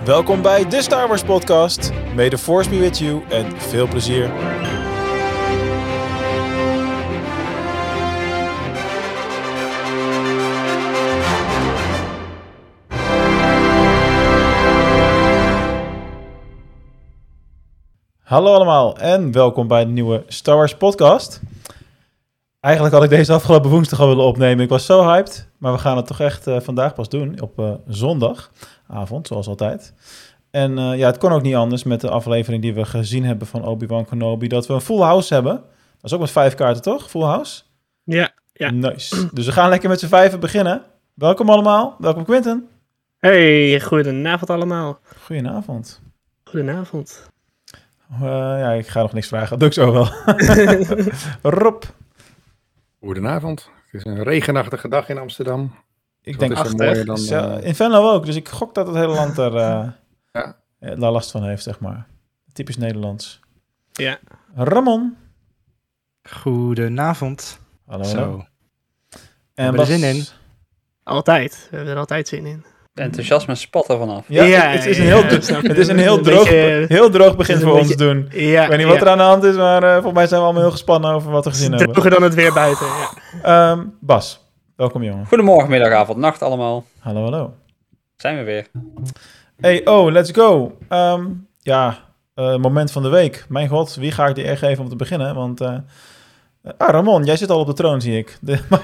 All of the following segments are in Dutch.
Welkom bij de Star Wars podcast. May the Force be with you en veel plezier. Hallo allemaal en welkom bij de nieuwe Star Wars podcast. Eigenlijk had ik deze afgelopen woensdag al willen opnemen. Ik was zo hyped, maar we gaan het toch echt vandaag pas doen op zondagavond, zoals altijd. En het kon ook niet anders met de aflevering die we gezien hebben van Obi-Wan Kenobi, dat we een full house hebben. Dat is ook met 5 kaarten, toch? Full house? Ja. Nice. Dus we gaan lekker met z'n 5 beginnen. Welkom allemaal. Welkom Quinten. Hey, goedenavond allemaal. Goedenavond. Goedenavond. Ik ga nog niks vragen. Dat doe ik zo wel. Rob. Goedenavond. Het is een regenachtige dag in Amsterdam. Ik denk mooier dan... in Venlo ook, dus ik gok dat het hele land daar last van heeft, zeg maar. Typisch Nederlands. Ja. Ramon. Goedenavond. Hallo. Zo. En hebben we er zin in? Altijd. We hebben er altijd zin in. De enthousiasme spat er vanaf. Ja, het is een heel droog begin voor ons doen. Ja, ik weet niet wat er aan de hand is, maar volgens mij zijn we allemaal heel gespannen over wat we gezien hebben. Droger dan het weer buiten, ja. Bas, welkom jongen. Goedemorgen, middag, avond, nacht allemaal. Hallo. Zijn we weer. Hey, let's go. Moment van de week. Mijn god, wie ga ik die eer geven om te beginnen? Want... Ramon, jij zit al op de troon, zie ik.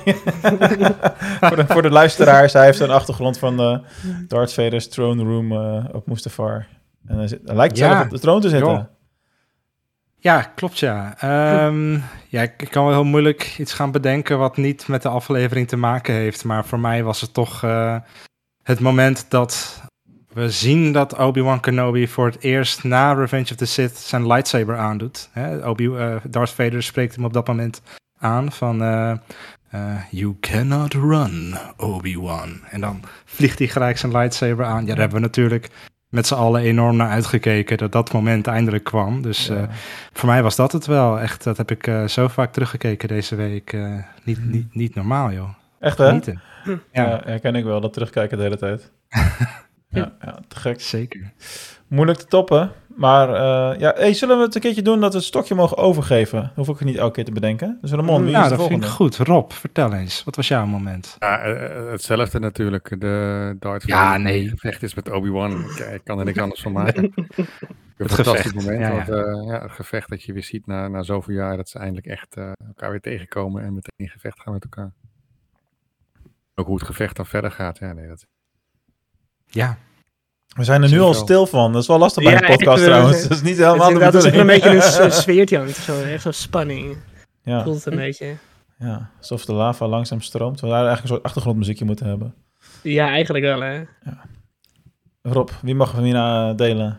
voor de luisteraars, hij heeft een achtergrond van Darth Vader's throne room op Mustafar. En hij lijkt zelf op de troon te zitten. Joh. Ja, klopt ja. Ik kan wel heel moeilijk iets gaan bedenken wat niet met de aflevering te maken heeft. Maar voor mij was het toch het moment dat we zien dat Obi-Wan Kenobi voor het eerst na Revenge of the Sith zijn lightsaber aandoet. Darth Vader spreekt hem op dat moment aan van... You cannot run, Obi-Wan. En dan vliegt hij gelijk zijn lightsaber aan. Ja, daar hebben we natuurlijk met z'n allen enorm naar uitgekeken dat moment eindelijk kwam. Dus voor mij was dat het wel. Echt, dat heb ik zo vaak teruggekeken deze week. Niet normaal, joh. Echt, hè? Genieten. Ja, herken ik wel, dat terugkijken de hele tijd. Ja, te gek. Zeker. Moeilijk te toppen. Maar zullen we het een keertje doen dat we het stokje mogen overgeven? Hoef ik het niet elke keer te bedenken. Dus Ramon, wie is de dat volgende? vind ik goed. Rob, vertel eens. Wat was jouw moment? Ja, hetzelfde natuurlijk. De Darth Vader gevecht is met Obi-Wan. Ik kan er niks anders van maken. Een fantastisch moment. Ja. Want, het gevecht dat je weer ziet na zoveel jaar, dat ze eindelijk echt elkaar weer tegenkomen en meteen in gevecht gaan met elkaar. Ook hoe het gevecht dan verder gaat. Ja. We zijn er nu al stil van. Dat is wel lastig bij een podcast trouwens. Dat is niet helemaal de bedoeling. Het is een beetje een sfeertje hangt. Echt zo'n spanning. Ja. Voelt het een beetje. Ja, alsof de lava langzaam stroomt. We zouden eigenlijk een soort achtergrondmuziekje moeten hebben. Ja, eigenlijk wel, hè. Ja. Rob, wie mag we hier delen?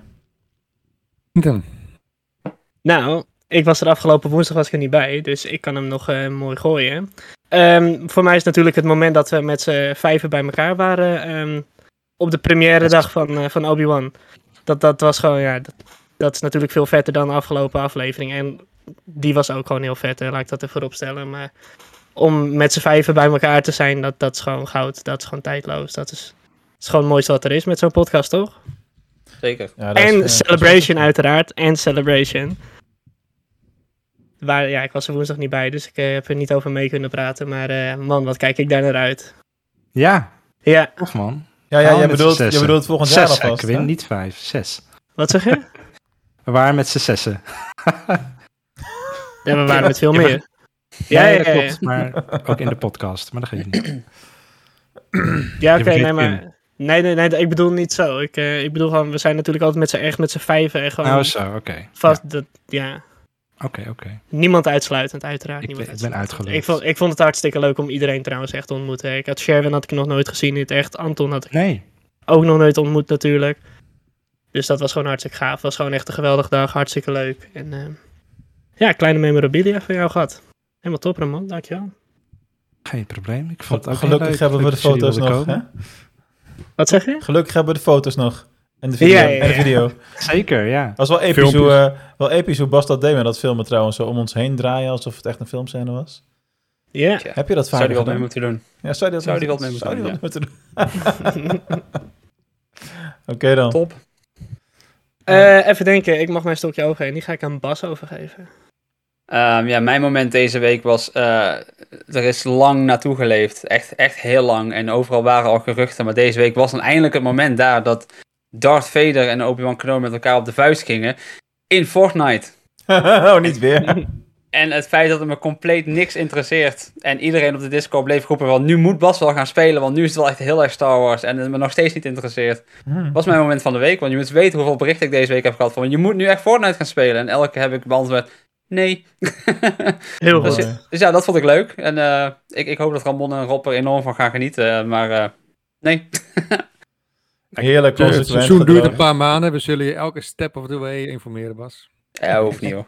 Nou, ik was er afgelopen woensdag niet bij. Dus ik kan hem nog mooi gooien. Voor mij is natuurlijk het moment dat we met z'n 5 bij elkaar waren... op de première dag van Obi-Wan. Dat was gewoon, dat is natuurlijk veel vetter dan de afgelopen aflevering. En die was ook gewoon heel vet, hè, laat ik dat even opstellen. Maar om met z'n 5 bij elkaar te zijn, dat is gewoon goud. Dat is gewoon tijdloos. Dat is gewoon het mooiste wat er is met zo'n podcast, toch? Zeker. Ja, en Celebration uiteraard. En Celebration. Ik was er woensdag niet bij, dus ik heb er niet over mee kunnen praten. Maar man, wat kijk ik daar naar uit. Ja. Ja. Tof man. Ja, je bedoelt volgend jaar alvast. Ik win niet 5, 6. Wat zeg je? We waren met z'n 6. Ja, we waren met veel meer. Ja, klopt. Maar ook in de podcast. Maar dat geeft niet. Ja, oké, nee, maar... Nee, ik bedoel niet zo. Ik bedoel gewoon, we zijn natuurlijk altijd met z'n 5 en gewoon... Oh, zo, oké. Vast, Oké. Niemand uitsluitend, uiteraard. Ik ben uitgeloofd. Ik vond het hartstikke leuk om iedereen trouwens echt te ontmoeten. Ik had Sherwin had ik nog nooit gezien. Niet echt. Anton had ik ook nog nooit ontmoet natuurlijk. Dus dat was gewoon hartstikke gaaf. Het was gewoon echt een geweldige dag. Hartstikke leuk. En kleine memorabilia van jou gehad. Helemaal top, Ramon. Dankjewel. Geen probleem. Ik vond het ook gelukkig leuk. Hebben we de foto's nog, hè? Wat zeg je? Gelukkig hebben we de foto's nog. En de video. En de video. Zeker, ja. Het was wel episch hoe Bas dat deed met dat filmen trouwens. Zo om ons heen draaien alsof het echt een filmscène was. Ja. Heb je dat vaak gedaan? Zou die wat mee moeten doen? Ja, zou die wat mee moeten doen? doen? Oké dan. Top. Even denken, ik mag mijn stokje overgeven. Die ga ik aan Bas overgeven. Mijn moment deze week was... er is lang naartoe geleefd. Echt heel lang. En overal waren al geruchten. Maar deze week was dan eindelijk het moment daar... dat Darth Vader en Obi-Wan Kenobi met elkaar op de vuist gingen. In Fortnite. Oh, niet weer. En het feit dat het me compleet niks interesseert. En iedereen op de Discord bleef roepen... wel, nu moet Bas wel gaan spelen. Want nu is het wel echt heel erg Star Wars. En het me nog steeds niet interesseert. Was mijn moment van de week. Want je moet weten hoeveel berichten ik deze week heb gehad. Van je moet nu echt Fortnite gaan spelen. En elke heb ik beantwoord... Nee. Heel Dus, goed. dus ja, dat vond ik leuk. En ik hoop dat Ramon en Rob er enorm van gaan genieten. Maar nee. Heerlijk Het consequent seizoen duurt gedrag. een paar maanden. We zullen je elke step of the way informeren, Bas. Ja, hoeft niet hoor.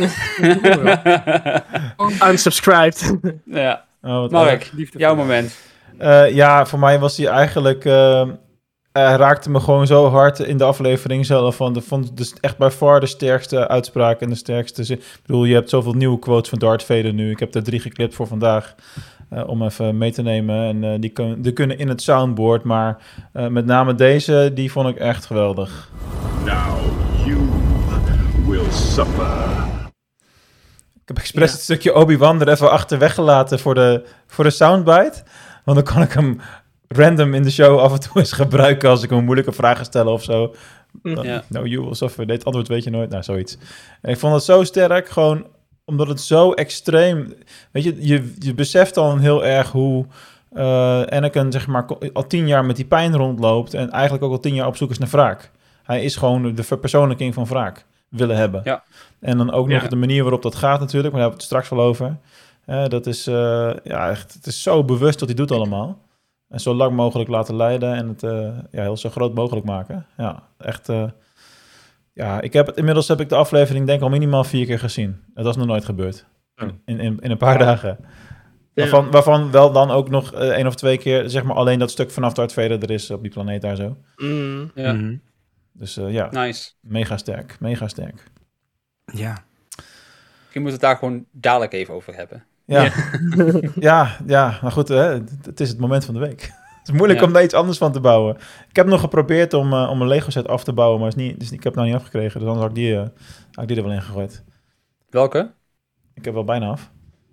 Unsubscribed. Ja. Oh, wat erg. Mark, Liefde jouw voor jou. moment. Ja, voor mij was hij eigenlijk... hij raakte me gewoon zo hard in de aflevering zelf. Vond dus echt bij far de sterkste uitspraak en de sterkste zin. Ik bedoel, je hebt zoveel nieuwe quotes van Darth Vader nu. Ik heb er 3 geklipt voor vandaag. Om even mee te nemen. En die kunnen in het soundboard. Maar met name deze, die vond ik echt geweldig. Now you will suffer. Ik heb expres het stukje Obi-Wan er even achter gelaten voor de soundbite. Want dan kan ik hem random in de show af en toe eens gebruiken als ik hem moeilijke vragen stel of zo. Ja. Nou, you will suffer. Dit antwoord weet je nooit. Nou, zoiets. En ik vond het zo sterk, gewoon omdat het zo extreem... Weet je beseft dan heel erg hoe Anakin, zeg maar, al 10 jaar met die pijn rondloopt en eigenlijk ook al 10 jaar op zoek is naar wraak. Hij is gewoon de verpersoonlijking van wraak willen hebben. Ja. En dan ook nog Ja. de manier waarop dat gaat natuurlijk, maar daar hebben we het straks wel over. Dat is, echt, het is zo bewust wat hij doet allemaal. En zo lang mogelijk laten leiden en het heel zo groot mogelijk maken. Ja, echt... Inmiddels heb ik de aflevering denk ik al minimaal 4 keer gezien. Dat was nog nooit gebeurd. In een paar dagen. Ja. Waarvan wel dan ook nog 1 of 2 keer, zeg maar, alleen dat stuk vanaf Darth Vader er is op die planeet daar zo. Mm. Ja. Mhm. Dus Nice. mega sterk. Mega sterk. Ja. Je moet het daar gewoon dadelijk even over hebben. Ja, ja, maar goed, het is het moment van de week. Het is moeilijk Ja. om daar iets anders van te bouwen. Ik heb nog geprobeerd om een Lego set af te bouwen, maar dus ik heb het nou niet afgekregen. Dus anders had ik die er wel in gegooid. Welke? Ik heb wel bijna af.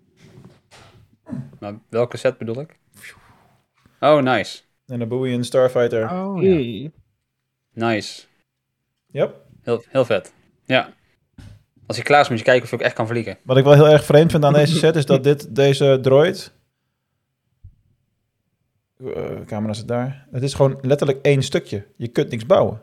Maar welke set bedoel ik? Oh, nice. En een Bowie en Starfighter. Oh, ja. Mm. Nice. Yep. Heel vet. Ja. Als hij klaar is, moet je kijken of je ook echt kan vliegen. Wat ik wel heel erg vreemd vind aan deze set is dat deze droid... camera zit daar. Het is gewoon letterlijk 1 stukje. Je kunt niks bouwen.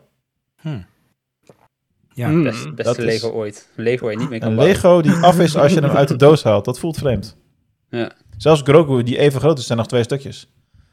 Ja. Mm. Beste dat is- Lego ooit. Lego waar je niet mee kan Een bouwen. Lego die af is als je hem uit de doos haalt. Dat voelt vreemd. Ja. Zelfs Grogu, die even groot is, zijn nog 2 stukjes.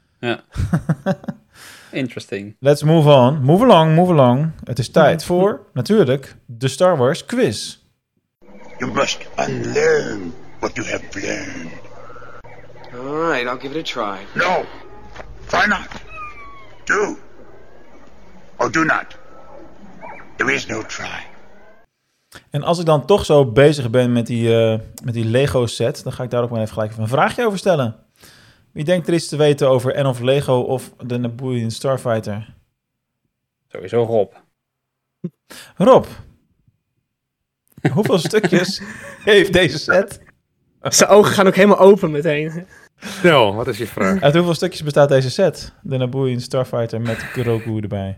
Interesting. Let's move on. Move along. Het is tijd voor, natuurlijk, de Star Wars quiz. You must unlearn what you have learned. All right, I'll give it a try. No, try not. Do. Or do not. There is no try. En als ik dan toch zo bezig ben met die Lego set, dan ga ik daar ook maar even gelijk even een vraagje over stellen. Wie denkt er iets te weten over en of Lego of de Nabooian Starfighter? Sowieso Rob. Rob, hoeveel stukjes heeft deze set? Zijn ogen gaan ook helemaal open meteen. Stel, wat is je vraag? Uit hoeveel stukjes bestaat deze set? De Nabooian Starfighter met Grogu erbij.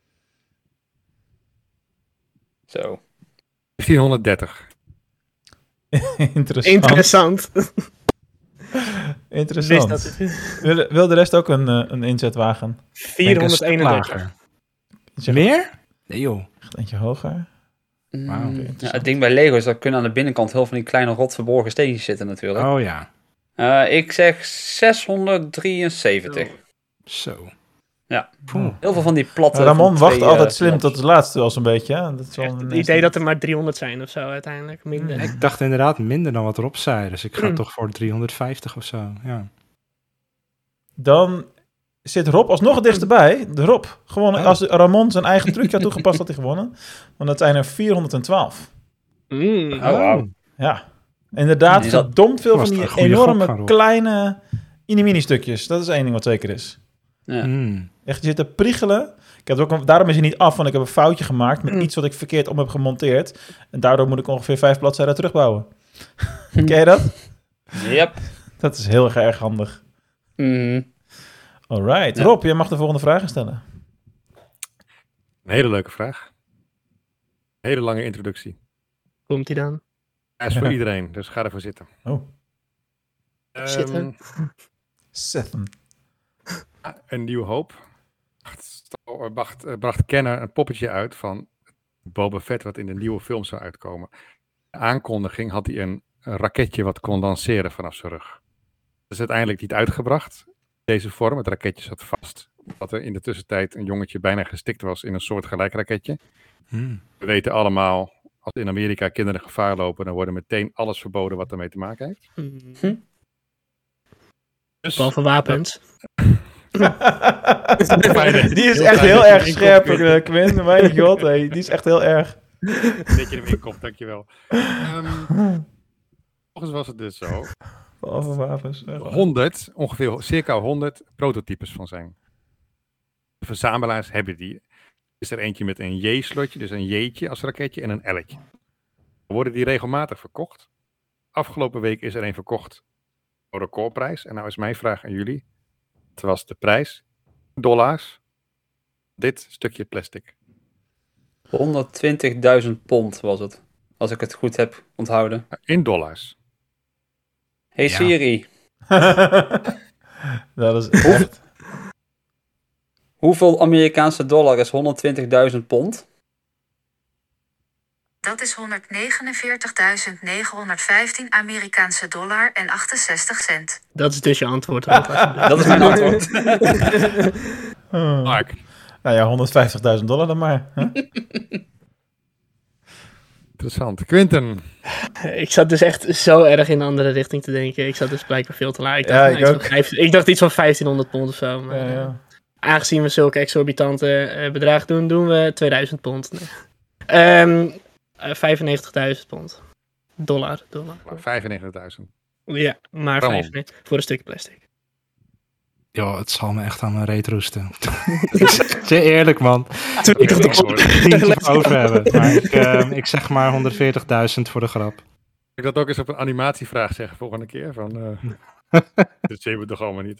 Zo. 1430. Interessant. Interessant. Interessant. Wist dat Wil de rest ook een inzet wagen? 431. Eentje- Meer? Nee joh. Echt eentje hoger. Wauw. Ja, het ding bij Lego is dat kunnen aan de binnenkant heel van die kleine rot verborgen steentjes zitten natuurlijk. Oh ja. Ik zeg 673. Zo. Ja. Poeh. Heel veel van die platte... Ramon van wacht twee, altijd slim knopjes. tot het laatste wel zo'n beetje. Hè? Dat is wel Echt een het idee dat er maar 300 zijn of zo uiteindelijk. Minder. Ik dacht inderdaad minder dan wat Rob zei. Dus ik ga toch voor 350 of zo. Ja. Dan zit Rob alsnog het dichtstbij. De Rob. Gewonnen. Oh. Als Ramon zijn eigen trucje had toegepast, had hij gewonnen. Want dat zijn er 412. Mm. Oh, wauw. Ja. Inderdaad, Is dat- verdomd veel Was van het die een goede gok enorme van Rob? kleine mini-stukjes. Dat is één ding wat zeker is. Ja. Echt, je zit te priegelen. Daarom is hij niet af, want ik heb een foutje gemaakt met iets wat ik verkeerd om heb gemonteerd. En daardoor moet ik ongeveer 5 bladzijden terugbouwen. Ken je dat? Yep. Dat is heel erg handig. Alright. Ja. Rob, jij mag de volgende vragen stellen. Een hele leuke vraag. Hele lange introductie. Komt hij dan? Hij is voor iedereen, dus ga ervoor zitten. Oh. Zitten. Seven. Een Nieuwe Hoop bracht Kenner een poppetje uit van Boba Fett wat in de nieuwe film zou uitkomen. De aankondiging had hij een raketje wat kon lanceren vanaf zijn rug. Dat is uiteindelijk niet uitgebracht. Deze vorm, het raketje zat vast. Dat er in de tussentijd een jongetje bijna gestikt was in een soort gelijk raketje. We weten allemaal, als in Amerika kinderen gevaar lopen, dan wordt meteen alles verboden wat ermee te maken heeft. Dus, Behalve wapens. Die is echt heel erg scherp, Quinn. Mijn god, hey. Die is echt heel erg. dat je erin komt, dankjewel. Volgens was het dus zo. Behalve wapens. 100, ongeveer circa 100 prototypes van zijn. De verzamelaars hebben die. Is er eentje met een J-slotje, dus een J'tje als raketje en een L'tje. Dan worden die regelmatig verkocht. Afgelopen week is er een verkocht voor recordprijs. En nou is mijn vraag aan jullie. Wat was de prijs? $. Dit stukje plastic. 120.000 pond was het. Als ik het goed heb onthouden. In dollars. Hey Siri, Dat is echt... hoeveel Amerikaanse dollar is 120.000 pond? Dat is 149.915 Amerikaanse dollar en 68 cent. Dat is dus je antwoord. Dat is mijn antwoord. Mark. Nou ja, $150.000 dan maar. Huh? Interessant. Quinten. Ik zat dus echt zo erg in een andere richting te denken. Ik zat dus blijkbaar veel te laag. Ik dacht iets van 1500 pond of zo. Maar, Ja. aangezien we zulke exorbitante bedragen doen we 2000 pond. Nee. 95.000 pond. Dollar. 95.000. Ja, maar Waarom? 95 voor een stuk plastic. Joh, het zal me echt aan mijn reet roesten. Zeg eerlijk, man. Ik dacht, Ik wil er niet over hebben. Maar ik zeg maar 140.000 voor de grap. Ik dat ook eens op een animatievraag zeggen volgende keer. Van, dat zien we toch allemaal niet.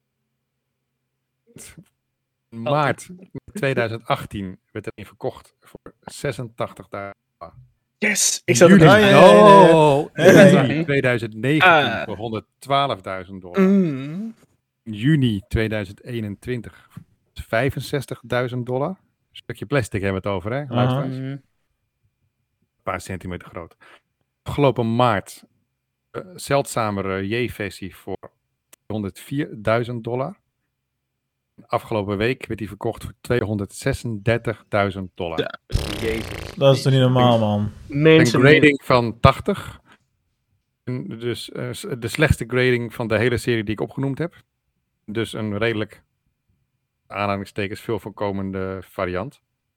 Maart 2018 werd er een verkocht voor 86.000. yes! Ik zat er Juli, bij. juli 2019 voor $112.000. Juni 2021 $65.000. Een stukje plastic hebben we het over, hè? Luisteraars. Een paar centimeter groot. Afgelopen maart zeldzamere J-versie voor $104.000. Afgelopen week werd die verkocht voor $236.000. Ja. Jezus. Dat is toch niet normaal, man? Een Mensen grading van 80. Dus de slechtste grading van de hele serie die ik opgenoemd heb. Dus een redelijk, aanhalingstekens, veel voorkomende variant.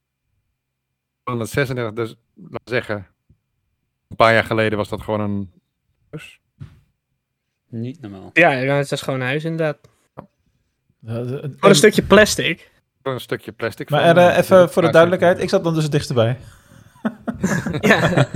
136, dus laten we zeggen, een paar jaar geleden was dat gewoon een huis. Niet normaal. Ja, het is gewoon een huis inderdaad. Voor Voor een stukje plastic. Een stukje plastic. Maar van, even voor de duidelijkheid, ik zat dan dus het dichtst bij. Ja.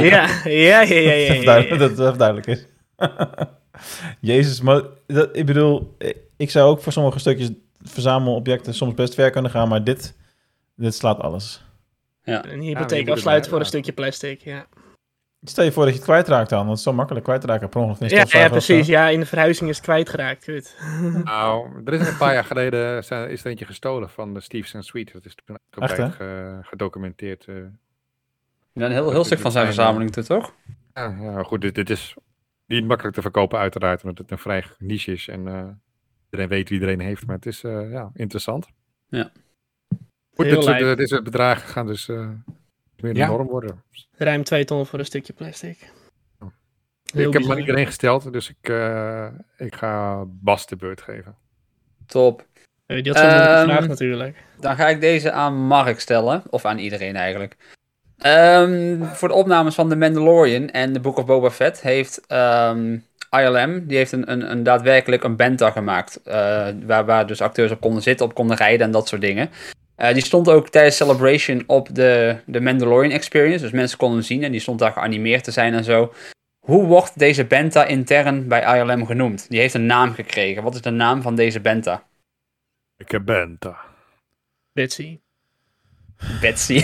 Dat het even duidelijk is. Jezus, maar ik bedoel, ik zou ook voor sommige stukjes verzamelobjecten soms best ver kunnen gaan, maar dit slaat alles. Ja. Een Ja, hypotheek maar je moet afsluiten het voor een bij- stukje plastic, ja. Stel je voor dat je het kwijtraakt dan, want het is zo makkelijk kwijtraken per ongeluk. in de Ja, stofzuiger of zo. precies. Ja, in de verhuizing is het kwijtgeraakt. Kut. Nou, er is een paar jaar geleden is er eentje gestolen van de Steve's & Sweet. Dat is toen uitgebreid gedocumenteerd. Ja, een heel stuk van zijn verzameling toe, toch? Ja, goed, dit is niet makkelijk te verkopen uiteraard, omdat het een vrij niche is en iedereen weet wie iedereen heeft, maar het is interessant. Ja. Goed, Heel lijp. dit soort bedragen gaan dus meer de Ja. norm worden. Ruim 2 ton voor een stukje plastic. Heel Ik heb hem aan bizar. iedereen gesteld, dus ik ga Bas de beurt geven. Top. Die had zo'n moeilijke Ehm, vraag natuurlijk. Dan ga ik deze aan Mark stellen. Of aan iedereen eigenlijk. Voor de opnames van The Mandalorian en The Book of Boba Fett heeft ILM, die heeft een daadwerkelijk een benta gemaakt. Waar dus acteurs op konden zitten, op konden rijden en dat soort dingen. Die stond ook tijdens Celebration op de Mandalorian Experience. Dus mensen konden hem zien en die stond daar geanimeerd te zijn en zo. Hoe wordt deze benta intern bij ILM genoemd? Die heeft een naam gekregen. Wat is de naam van deze benta? Ik heb benta. Betsy. Betsy.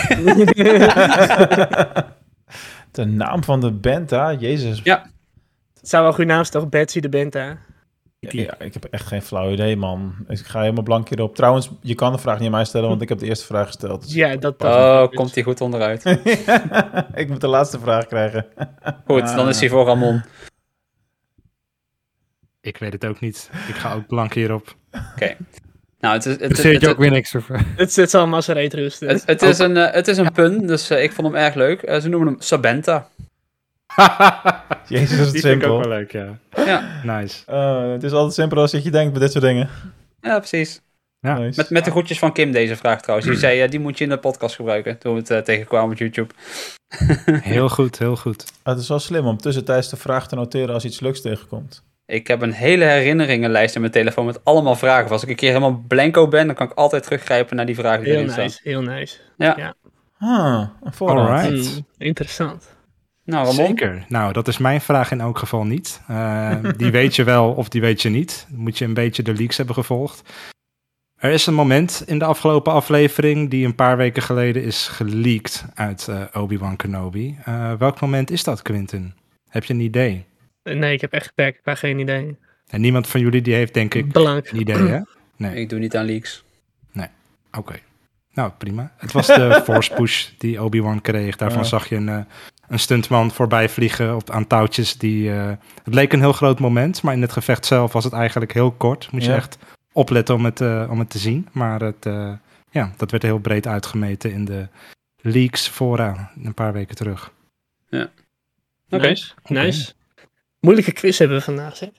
De naam van de benta, jezus. Ja. Het zou wel een goede naam zijn, toch? Betsy de Benta. Ja, ik heb echt geen flauw idee, man. Ik ga helemaal blank hierop. Trouwens, je kan de vraag niet aan mij stellen, want ik heb de eerste vraag gesteld. Dus Ja, dat... Komt hij goed onderuit. ik moet de laatste vraag krijgen. Goed, dan is hij voor Ramon. Ik weet het ook niet. Ik ga ook blank hierop. Oké. Nou, Het zit je ook weer niks over. Het zal Massereet rusten. Het is een pun, dus ik vond hem erg leuk. Ze noemen hem Sabenta. Jezus, is het Die vind ik ook simpel. wel leuk, ja. Ja, Nice. Het is altijd simpel als je denkt bij dit soort dingen. ja precies. Ja. Nice. Met de groetjes van Kim deze vraag trouwens. Die zei, die moet je in de podcast gebruiken. Toen we het tegenkwamen op YouTube. Heel goed, heel goed. Het is wel slim om tussentijds de vraag te noteren als iets leuks tegenkomt. Ik heb een hele herinneringenlijst in mijn telefoon met allemaal vragen. Als ik een keer helemaal blanco ben, dan kan ik altijd teruggrijpen naar die vragen die Heel erin staan. nice, heel nice. Ja. Een voorraad. Alright. Interessant. Nou, Ramon. Zeker. Nou, dat is mijn vraag in elk geval niet. Die weet je wel of die weet je niet. Dan moet je een beetje de leaks hebben gevolgd. Er is een moment in de afgelopen aflevering die een paar weken geleden is geleakt uit Obi-Wan Kenobi. Welk moment is dat, Quinten? Heb je een idee? Nee, ik heb echt werkelijk geen idee. En niemand van jullie die heeft denk ik Blank. een idee, hè? Nee. Ik doe niet aan leaks. Oké. Nou, prima. Het was de force push die Obi-Wan kreeg. Daarvan zag je een stuntman voorbij vliegen aan touwtjes. Het leek een heel groot moment, maar in het gevecht zelf was het eigenlijk heel kort. Moet je echt opletten om het te zien. Maar dat werd heel breed uitgemeten in de leaks vooraan, een paar weken terug. Ja. Oké. Nice. Moeilijke quiz hebben we vandaag, zeg.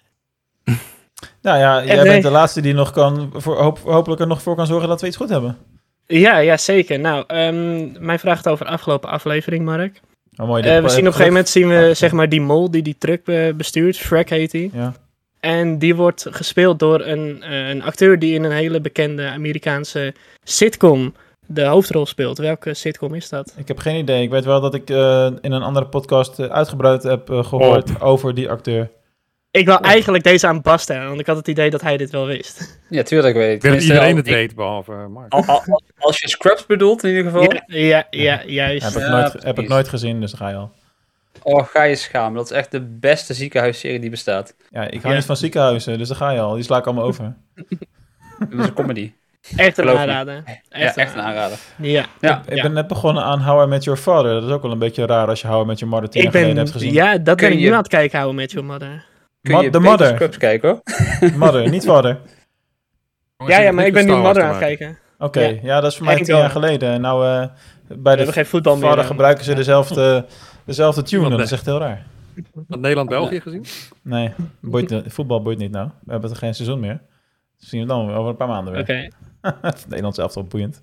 Nou ja, jij bent de laatste die nog kan, hopelijk er nog voor kan zorgen dat we iets goed hebben. Ja, zeker. Nou, mijn vraag gaat over de afgelopen aflevering, Mark. Oh, mooi, We zien op een gegeven moment zeg maar die mol die truck bestuurt. Shrek heet hij. Ja. En die wordt gespeeld door een acteur die in een hele bekende Amerikaanse sitcom de hoofdrol speelt. Welke sitcom is dat? Ik heb geen idee. Ik weet wel dat ik in een andere podcast uitgebreid heb gehoord over die acteur. Ik wil eigenlijk deze aan Bas stellen, want ik had het idee dat hij dit wel wist. Ja, tuurlijk weet ik. Ik denk dat iedereen het weet, behalve Mark. Als je Scrubs bedoelt, in ieder geval. Ja, juist. Heb ik nooit gezien, dus dan ga je al. Oh, ga je schamen. Dat is echt de beste ziekenhuisserie die bestaat. Ja, ik hou niet van ziekenhuizen, dus dan ga je al. Die sla ik allemaal over. Dat is een comedy. Echt een Geloof me. aanrader. Echt een aanrader. Ja. Ik ben net begonnen aan How I Met Your Father. Dat is ook wel een beetje raar als je How I Met Your Mother 10 jaar geleden hebt gezien. Ja, dat ben ik Kun nu je- aan het kijken, How I Met Your Mother. Kun je The beter Mother. Scrubs kijken, hoor. Mother, niet Father. Ja, maar ik ben nu Mother aan het kijken. Oké, ja, dat is voor mij Echt 10 jaar wel. geleden. En nou, bij We hebben de geen voetbal meer. Father dan. gebruiken ze dezelfde tune. Dat is echt heel raar. Had Nederland-België gezien? Nee, voetbal boeit niet nou. We hebben er geen seizoen meer. Dat zien we dan over een paar maanden weer. Oké. Nederland is elftal boeiend.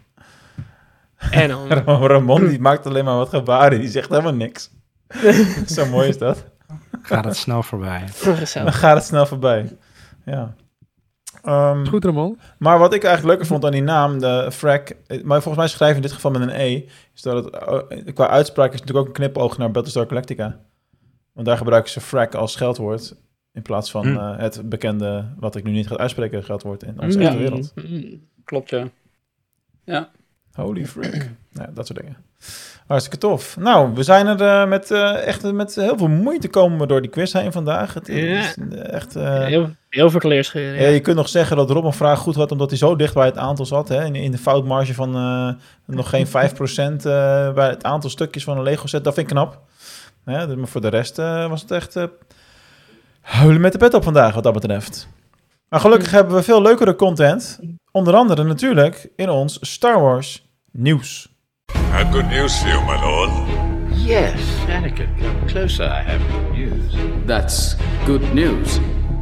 En dan. Ramon die maakt alleen maar wat gebaren. Die zegt helemaal niks. Zo mooi is dat. Gaat het snel voorbij. Dan Gezellig. gaat het snel voorbij. Ja. Goed, Ramon. Maar wat ik eigenlijk leuker vond aan die naam, de Frek, maar volgens mij schrijven in dit geval met een E, is dat het qua uitspraak is natuurlijk ook een knipoog naar Battlestar Galactica. Want daar gebruiken ze Frek als scheldwoord, in plaats van het bekende, wat ik nu niet ga uitspreken, scheldwoord in onze echte wereld. Klopt, ja. Ja. Holy frick. Ja, dat soort dingen. Hartstikke tof. Nou, we zijn er met heel veel moeite komen we door die quiz heen vandaag. Het is echt... Heel veel kleerscheuren. Ja, je kunt nog zeggen dat Rob een vraag goed had, omdat hij zo dicht bij het aantal zat. Hè? In de foutmarge van nog geen 5% bij het aantal stukjes van een Lego set. Dat vind ik knap. Ja, maar voor de rest was het echt huilen met de pet op vandaag, wat dat betreft. Maar gelukkig hebben we veel leukere content. Onder andere natuurlijk in ons Star Wars nieuws. I have good news for you, my lord. Yes, Anakin, come closer. I have good news. That's good news.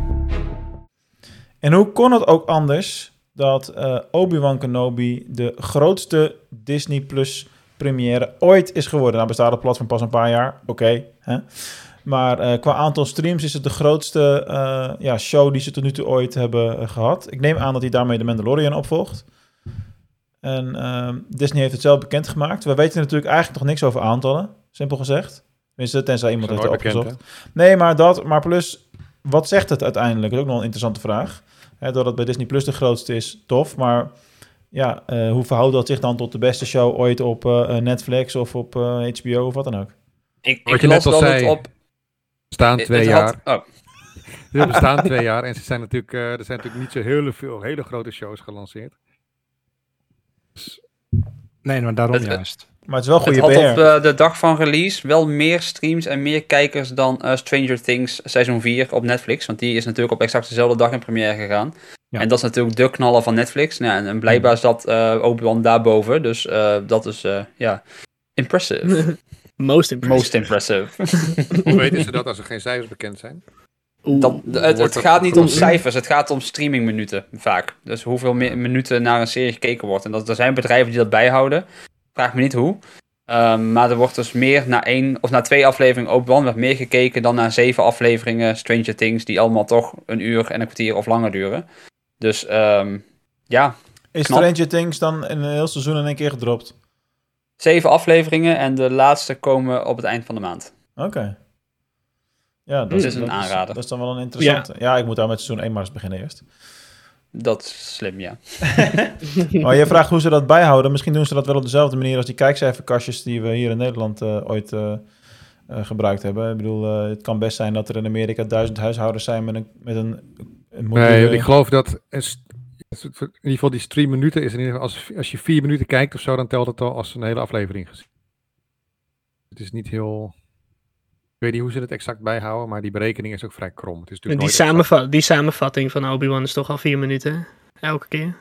En hoe kon het ook anders dat Obi-Wan Kenobi de grootste Disney Plus première ooit is geworden? Nou bestaat het platform pas een paar jaar, oké. Maar qua aantal streams is het de grootste show die ze tot nu toe ooit hebben gehad. Ik neem aan dat hij daarmee de Mandalorian opvolgt. En Disney heeft het zelf bekendgemaakt. We weten natuurlijk eigenlijk nog niks over aantallen, simpel gezegd. Tenminste, tenzij iemand het heeft opgezocht. Nee, maar plus, wat zegt het uiteindelijk? Dat is ook nog een interessante vraag. Dat het bij Disney Plus de grootste is, tof. Maar ja, hoe verhoudt dat zich dan tot de beste show ooit op Netflix of op HBO of wat dan ook? Wat je net al zei, bestaan 2 jaar. Ze bestaan 2 jaar en er zijn natuurlijk niet zo heel veel hele grote shows gelanceerd. Nee, maar daarom juist. Maar het is wel goede PR. Het had op de dag van release wel meer streams en meer kijkers dan Stranger Things seizoen 4 op Netflix. Want die is natuurlijk op exact dezelfde dag in première gegaan. Ja. En dat is natuurlijk de knaller van Netflix. Nou, en blijkbaar zat Obi-Wan daarboven. Dus dat is, impressive. Most impressive. Hoe weten ze dat als er geen cijfers bekend zijn? Het gaat niet om cijfers, het gaat om streamingminuten vaak. Dus hoeveel minuten naar een serie gekeken wordt. En er zijn bedrijven die dat bijhouden. Vraag me niet hoe. Maar er wordt dus meer naar 1 of naar 2 afleveringen Obi-Wan werd meer gekeken dan naar 7 afleveringen Stranger Things, die allemaal toch 1 uur en een kwartier of langer duren. Dus ja. Is Stranger Things dan in een heel seizoen in 1 keer gedropt? 7 afleveringen en de laatste komen op het eind van de maand. Oké. Ja, dat is een aanrader. Dat is dan wel een interessante. Ja, ik moet daar met seizoen 1 maar eens beginnen eerst. Dat is slim, ja. Maar je vraagt hoe ze dat bijhouden. Misschien doen ze dat wel op dezelfde manier als die kijkcijferkastjes die we hier in Nederland ooit gebruikt hebben. Ik bedoel, het kan best zijn dat er in Amerika 1000 huishoudens zijn met een nee, ik geloof dat in ieder geval die streamminuten is in ieder geval als je 4 minuten kijkt of zo, dan telt het al als een hele aflevering gezien. Het is niet heel... Ik weet niet hoe ze het exact bijhouden, maar die berekening is ook vrij krom. Het is die samenvatting van Obi-Wan is toch al 4 minuten? Elke keer?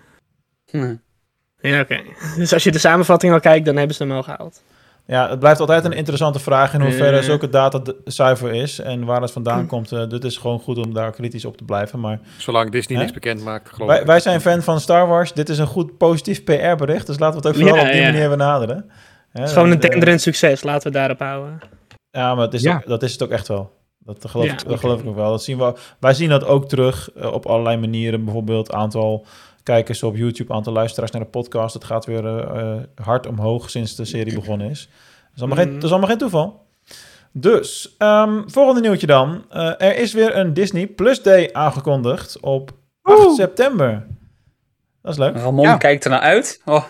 Ja, oké. Dus als je de samenvatting al kijkt, dan hebben ze hem al gehaald. Ja, het blijft altijd een interessante vraag in hoeverre zulke data zuiver is en waar het vandaan komt. Dit is gewoon goed om daar kritisch op te blijven. Maar, zolang Disney niks bekend maakt, geloof ik. Wij zijn fan van Star Wars. Dit is een goed positief PR-bericht, dus laten we het ook vooral op die manier benaderen. Het is gewoon een denderend succes, laten we daarop houden. Ja, maar dat is het ook echt wel. Dat geloof ik ook wel. Dat zien we. Wij zien dat ook terug op allerlei manieren. Bijvoorbeeld aantal kijkers op YouTube, aantal luisteraars naar de podcast. Het gaat weer hard omhoog sinds de serie begonnen is. Dat is allemaal geen toeval. Dus, volgende nieuwtje dan. Er is weer een Disney Plus Day aangekondigd op 8 september. Dat is leuk. Ramon kijkt er naar uit. Oh.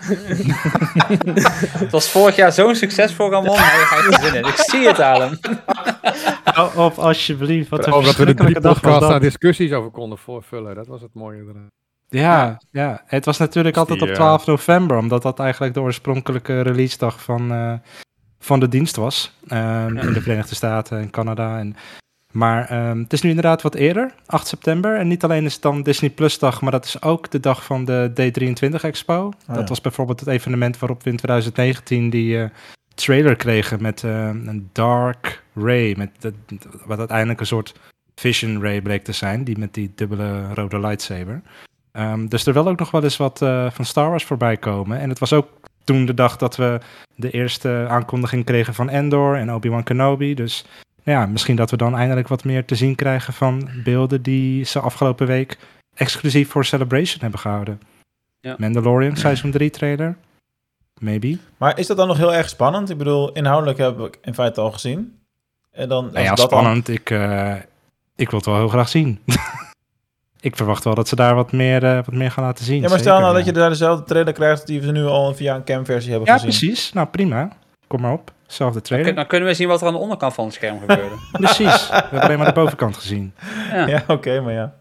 Het was vorig jaar zo'n succes voor Ramon. Hij heeft er zin in. Ik zie het aan hem. Hou op, alsjeblieft. Wat een dat we de 3 podcasts aan discussies over konden voorvullen. Dat was het mooie eraan. Ja. Het was natuurlijk altijd op 12 november. Omdat dat eigenlijk de oorspronkelijke releasedag van de dienst was. In de Verenigde Staten en Canada. Maar het is nu inderdaad wat eerder, 8 september. En niet alleen is het dan Disney Plus dag, maar dat is ook de dag van de D23 Expo. Dat was bijvoorbeeld het evenement waarop we in 2019 die trailer kregen met een Dark Ray. Wat uiteindelijk een soort Vision Ray bleek te zijn, die met die dubbele rode lightsaber. Dus er wil ook nog wel eens wat van Star Wars voorbij komen. En het was ook toen de dag dat we de eerste aankondiging kregen van Endor en Obi-Wan Kenobi. Dus ja, misschien dat we dan eindelijk wat meer te zien krijgen van beelden die ze afgelopen week exclusief voor Celebration hebben gehouden. Ja. Mandalorian, seizoen 3 trailer. Maybe. Maar is dat dan nog heel erg spannend? Ik bedoel, inhoudelijk heb ik in feite al gezien. En dan, spannend. Ik wil het wel heel graag zien. Ik verwacht wel dat ze daar wat meer gaan laten zien. Ja, maar stel nou dat je daar dezelfde trailer krijgt die we nu al via een cam-versie hebben gezien. Ja, precies. Nou, prima. Kom maar op. Zelfde trailer. Dan kunnen we zien wat er aan de onderkant van het scherm gebeurde. Precies. We hebben alleen maar de bovenkant gezien. Ja, oké, maar ja.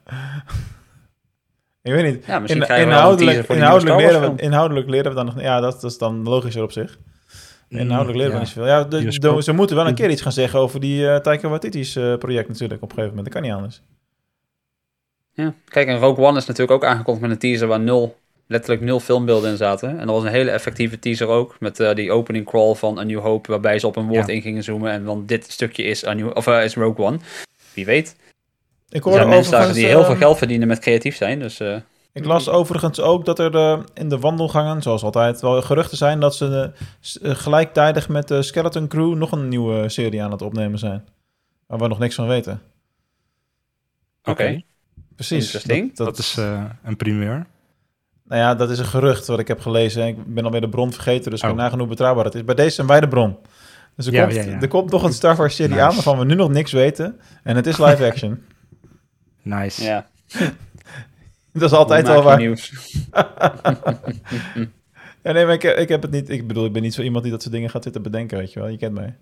Ik weet niet. Ja, misschien inhoudelijk leren we dan nog... Ja, dat is dan logischer op zich. Inhoudelijk leren we niet zoveel. Ja, ze moeten wel een keer iets gaan zeggen over die Taika Waititi's project natuurlijk op een gegeven moment. Dat kan niet anders. Ja, kijk, en Rogue One is natuurlijk ook aangekondigd met een teaser waar letterlijk 0 filmbeelden in zaten. En dat was een hele effectieve teaser ook, met die opening crawl van A New Hope, waarbij ze op een woord in gingen zoomen. En dan dit stukje is Rogue One. Wie weet. Ik hoorde mensen die heel veel geld verdienen met creatief zijn. Dus, ik las overigens ook dat er in de wandelgangen, zoals altijd, wel geruchten zijn dat ze gelijktijdig met de Skeleton Crew nog een nieuwe serie aan het opnemen zijn. waar we nog niks van weten. Oké. Precies. Interesting. Dat is een primeur. Nou ja, dat is een gerucht wat ik heb gelezen. Ik ben alweer de bron vergeten, dus ik kan nagaan hoe betrouwbaar het is. Bij deze zijn wij de bron. Dus er komt nog een Star Wars serie aan waarvan we nu nog niks weten. En het is live action. Nice. Ja. Dat is altijd wel waar. Nieuws. Ja, nee, maar ik heb het niet. Ik bedoel, ik ben niet zo iemand die dat soort dingen gaat zitten bedenken, weet je wel. Je kent mij.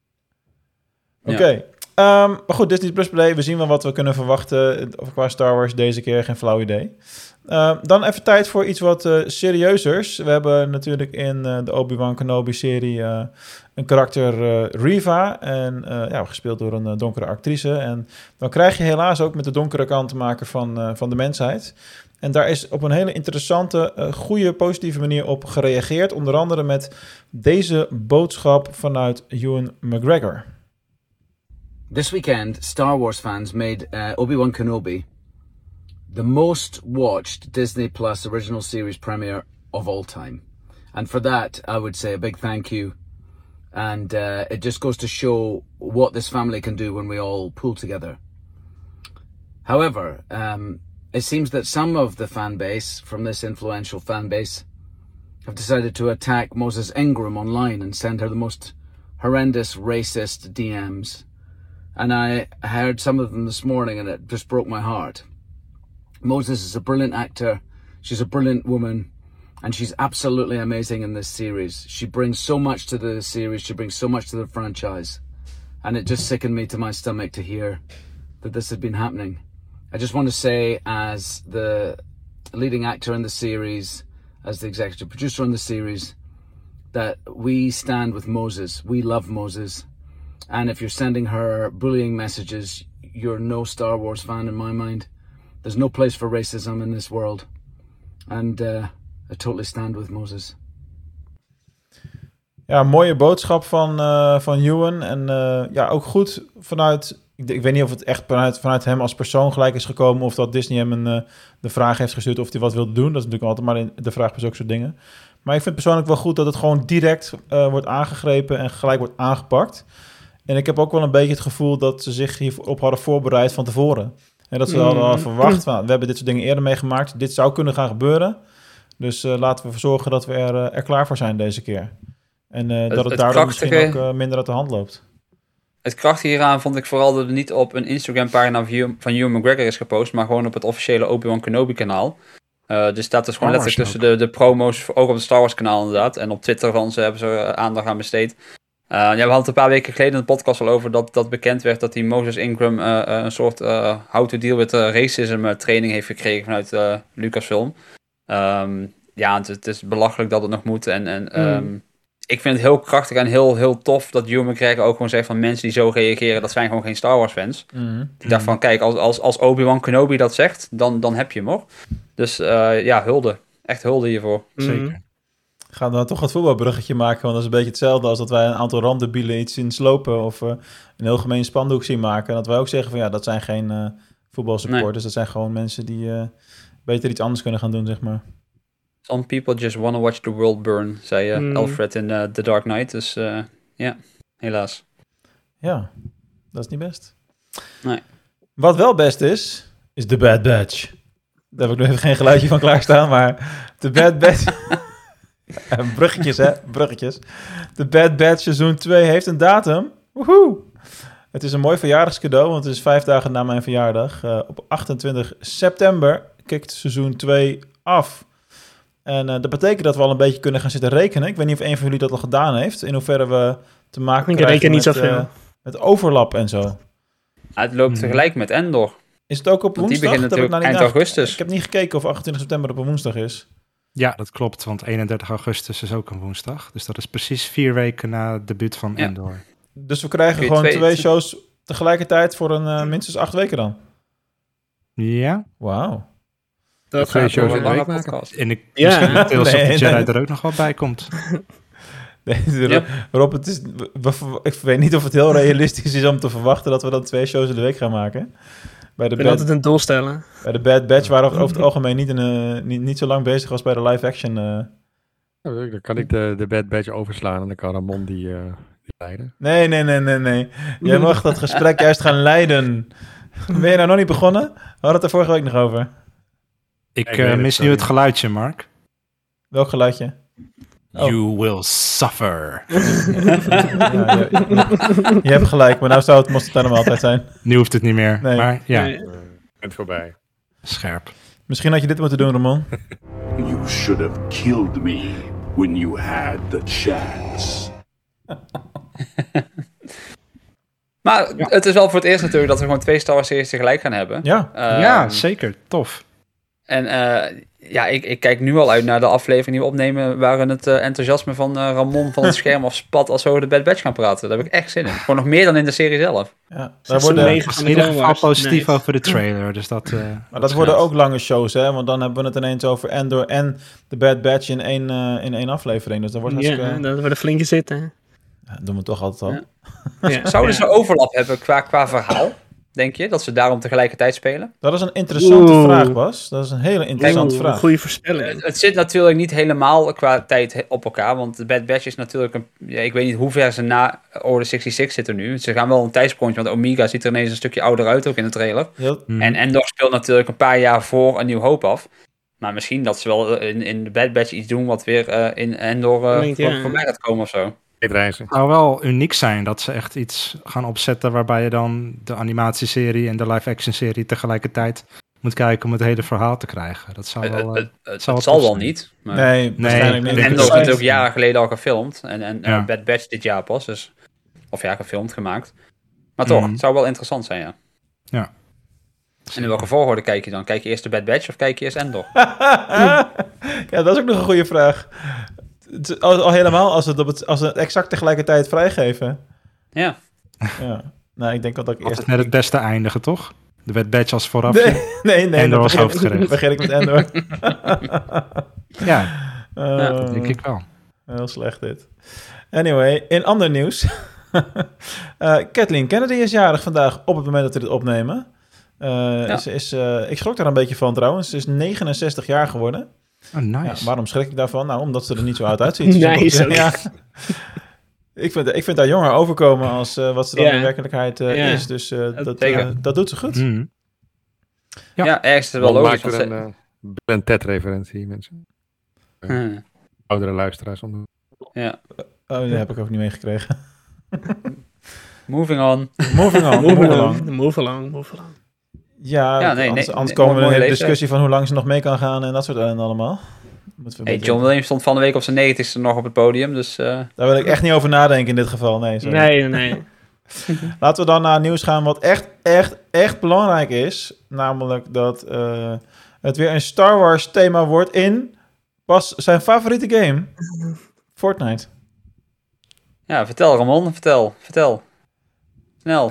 Oké. Maar goed, Disney Plus Play. We zien wel wat we kunnen verwachten qua Star Wars deze keer. Geen flauw idee. Dan even tijd voor iets wat serieuzers. We hebben natuurlijk in de Obi-Wan Kenobi-serie een karakter Reva. En gespeeld door een donkere actrice. En dan krijg je helaas ook met de donkere kant te maken van de mensheid. En daar is op een hele interessante, goede, positieve manier op gereageerd. Onder andere met deze boodschap vanuit Ewan McGregor. This weekend, Star Wars fans made Obi-Wan Kenobi the most watched Disney Plus original series premiere of all time. And for that, I would say a big thank you. And it just goes to show what this family can do when we all pull together. However, it seems that some of the fan base from this influential fan base have decided to attack Moses Ingram online and send her the most horrendous racist DMs. And I heard some of them this morning and it just broke my heart. Moses is a brilliant actor. She's a brilliant woman. And she's absolutely amazing in this series. She brings so much to the series. She brings so much to the franchise. And it just sickened me to my stomach to hear that this had been happening. I just want to say, as the leading actor in the series, as the executive producer on the series, that we stand with Moses. We love Moses. And if you're sending her bullying messages, you're no Star Wars fan in my mind. There's no place for racism in this world. And I totally stand with Moses. Ja, mooie boodschap van Ewan. En ook goed vanuit... Ik weet niet of het echt vanuit hem als persoon gelijk is gekomen... of dat Disney hem de vraag heeft gestuurd of hij wat wilde doen. Dat is natuurlijk altijd maar de vraag bij zulke soort dingen. Maar ik vind persoonlijk wel goed dat het gewoon direct wordt aangegrepen... en gelijk wordt aangepakt. En ik heb ook wel een beetje het gevoel dat ze zich hierop hadden voorbereid van tevoren. En dat ze hadden verwacht van... we hebben dit soort dingen eerder meegemaakt. Dit zou kunnen gaan gebeuren. Dus laten we zorgen dat we er klaar voor zijn deze keer. En dat het daardoor misschien ook minder uit de hand loopt. Het krachtige hieraan vond ik vooral dat het niet op een Instagram-pagina van Ewan McGregor is gepost, maar gewoon op het officiële Obi-Wan Kenobi-kanaal. Dus dat is gewoon letterlijk tussen de promo's, ook op het Star Wars-kanaal inderdaad. En op Twitter hebben ze aandacht aan besteed. We hadden het een paar weken geleden in de podcast al over dat bekend werd dat die Moses Ingram een soort how to deal with racism training heeft gekregen vanuit Lucasfilm. Het is belachelijk dat het nog moet. Ik vind het heel krachtig en heel tof dat Ewan McGregor ook gewoon zegt van mensen die zo reageren, dat zijn gewoon geen Star Wars fans. Ik dacht van, kijk, als Obi-Wan Kenobi dat zegt, dan heb je hem hoor. Dus hulde. Echt hulde hiervoor. Zeker. Gaan we dan toch het voetbalbruggetje maken, want dat is een beetje hetzelfde als dat wij een aantal randdebielen iets zien slopen of een heel gemeen spandoek zien maken. En dat wij ook zeggen van dat zijn geen voetbalsupporters, dat zijn gewoon mensen die beter iets anders kunnen gaan doen, zeg maar. Some people just want to watch the world burn, zei Alfred in The Dark Knight. Dus helaas. Ja, dat is niet best. Nee. Wat wel best is The Bad Batch. Daar heb ik nog even geen geluidje van klaarstaan, maar The Bad Batch... bruggetjes, hè? Bruggetjes. The Bad Batch seizoen 2 heeft een datum. Woehoe! Het is een mooi verjaardagscadeau, want het is 5 dagen na mijn verjaardag. Op 28 september kikt seizoen 2 af. En dat betekent dat we al een beetje kunnen gaan zitten rekenen. Ik weet niet of een van jullie dat al gedaan heeft. In hoeverre we te maken krijgen met overlap en zo. Het loopt tegelijk met Endor. Is het ook op woensdag? Die begint natuurlijk eind augustus. Ik heb niet gekeken of 28 september op een woensdag is. Ja, dat klopt, want 31 augustus is ook een woensdag. Dus dat is precies 4 weken na het debuut van Endor. Dus we krijgen gewoon 2 shows tegelijkertijd voor een minstens 8 weken dan? Ja. Wauw. Dat 2 shows in de week maken. En misschien dat Tales of the Jedi er ook nog wel bij komt. Rob, ik weet niet of het heel realistisch is om te verwachten dat we dan 2 shows in de week gaan maken. Ik ben altijd een doel stellen. Bij de Bad Batch waren we over het algemeen niet zo lang bezig als bij de live action. Dan kan ik de Bad Batch overslaan en dan kan Ramon die Leiden. Nee. Jij mag dat gesprek juist gaan leiden. Ben je nou nog niet begonnen? We hadden het er vorige week nog over. Ik mis nu het geluidje, Mark. Welk geluidje? Oh. You will suffer. Je hebt gelijk, maar nou moest het helemaal altijd zijn. Nu hoeft het niet meer. Nee. Maar ja. Het voorbij. Scherp. Misschien had je dit moeten doen, Ramon. You should have killed me when you had the chance. Maar het is wel voor het eerst natuurlijk dat we gewoon 2 Star Wars series tegelijk gaan hebben. Ja, ja zeker. Tof. En ik kijk nu al uit naar de aflevering die we opnemen, waarin het enthousiasme van Ramon van het scherm afspat als we over de Bad Batch gaan praten. Daar heb ik echt zin in. Gewoon nog meer dan in de serie zelf. Ja, daar worden in ieder geval positief over de trailer. Dus dat, maar dat worden ook lange shows, hè? Want dan hebben we het ineens over Endor en de Bad Batch in één aflevering. Dus dat wordt hartstikke... dat wordt een flinke zitten. Ja, dat doen we toch altijd al. Ja. Zouden ze overlap hebben qua verhaal? Denk je? Dat ze daarom tegelijkertijd spelen? Dat is een interessante vraag, Bas. Dat is een hele interessante vraag. Een goede voorspelling. Het zit natuurlijk niet helemaal qua tijd op elkaar. Want de Bad Batch is natuurlijk ik weet niet hoe ver ze na Order 66 zitten nu. Ze gaan wel een tijdsprongje. Want Omega ziet er ineens een stukje ouder uit, ook in de trailer. Ja. En Endor speelt natuurlijk een paar jaar voor een Nieuw Hoop af. Maar misschien dat ze wel in de Bad Batch iets doen wat weer in Endor voorbij gaat komen of zo. Het zou wel uniek zijn dat ze echt iets gaan opzetten waarbij je dan de animatieserie en de live-action serie tegelijkertijd moet kijken om het hele verhaal te krijgen. Dat zou wel... Het zal wel niet. Maar... Nee, waarschijnlijk niet. Endor is natuurlijk jaren geleden al gefilmd. En Bad Batch dit jaar pas. Dus, gefilmd, gemaakt. Maar toch, het zou wel interessant zijn, ja. Ja. En in welke volgorde kijk je dan? Kijk je eerst de Bad Batch of kijk je eerst Endor? Ja, dat is ook nog een goede vraag. Al helemaal als we het exact tegelijkertijd vrijgeven. Ja. Nou, ik denk dat ik eerst... net het beste eindigen, toch? De Bad Batch als vooraf. Nee. Endor was hoofdgerecht. Begin ik met Endor. Dat denk ik wel. Heel slecht dit. Anyway, in ander nieuws. Kathleen Kennedy is jarig vandaag op het moment dat we dit opnemen. Ik schrok daar een beetje van trouwens. Ze is 69 jaar geworden. Oh, nice. Ja, waarom schrik ik daarvan? Nou, omdat ze er niet zo oud uitziet. Nice. Ja. Ik vind haar jonger overkomen als wat ze dan in werkelijkheid is. Dus dat doet ze goed. Mm. Ja, ergens is het wel logisch. Maak er een Ben Ted-referentie, mensen. Oudere luisteraars onder. Ja. Oh, die heb ik ook niet meegekregen. Moving on. Move along. Ja, anders komen we in een hele discussie van hoe lang ze nog mee kan gaan en dat soort en allemaal. John Williams stond van de week op zijn 90ste nog op het podium, dus... Daar wil ik echt niet over nadenken in dit geval, nee. Sorry. Nee. Laten we dan naar nieuws gaan wat echt belangrijk is. Namelijk dat het weer een Star Wars thema wordt in Bas zijn favoriete game, Fortnite. Ja, vertel Ramon, vertel. Snel.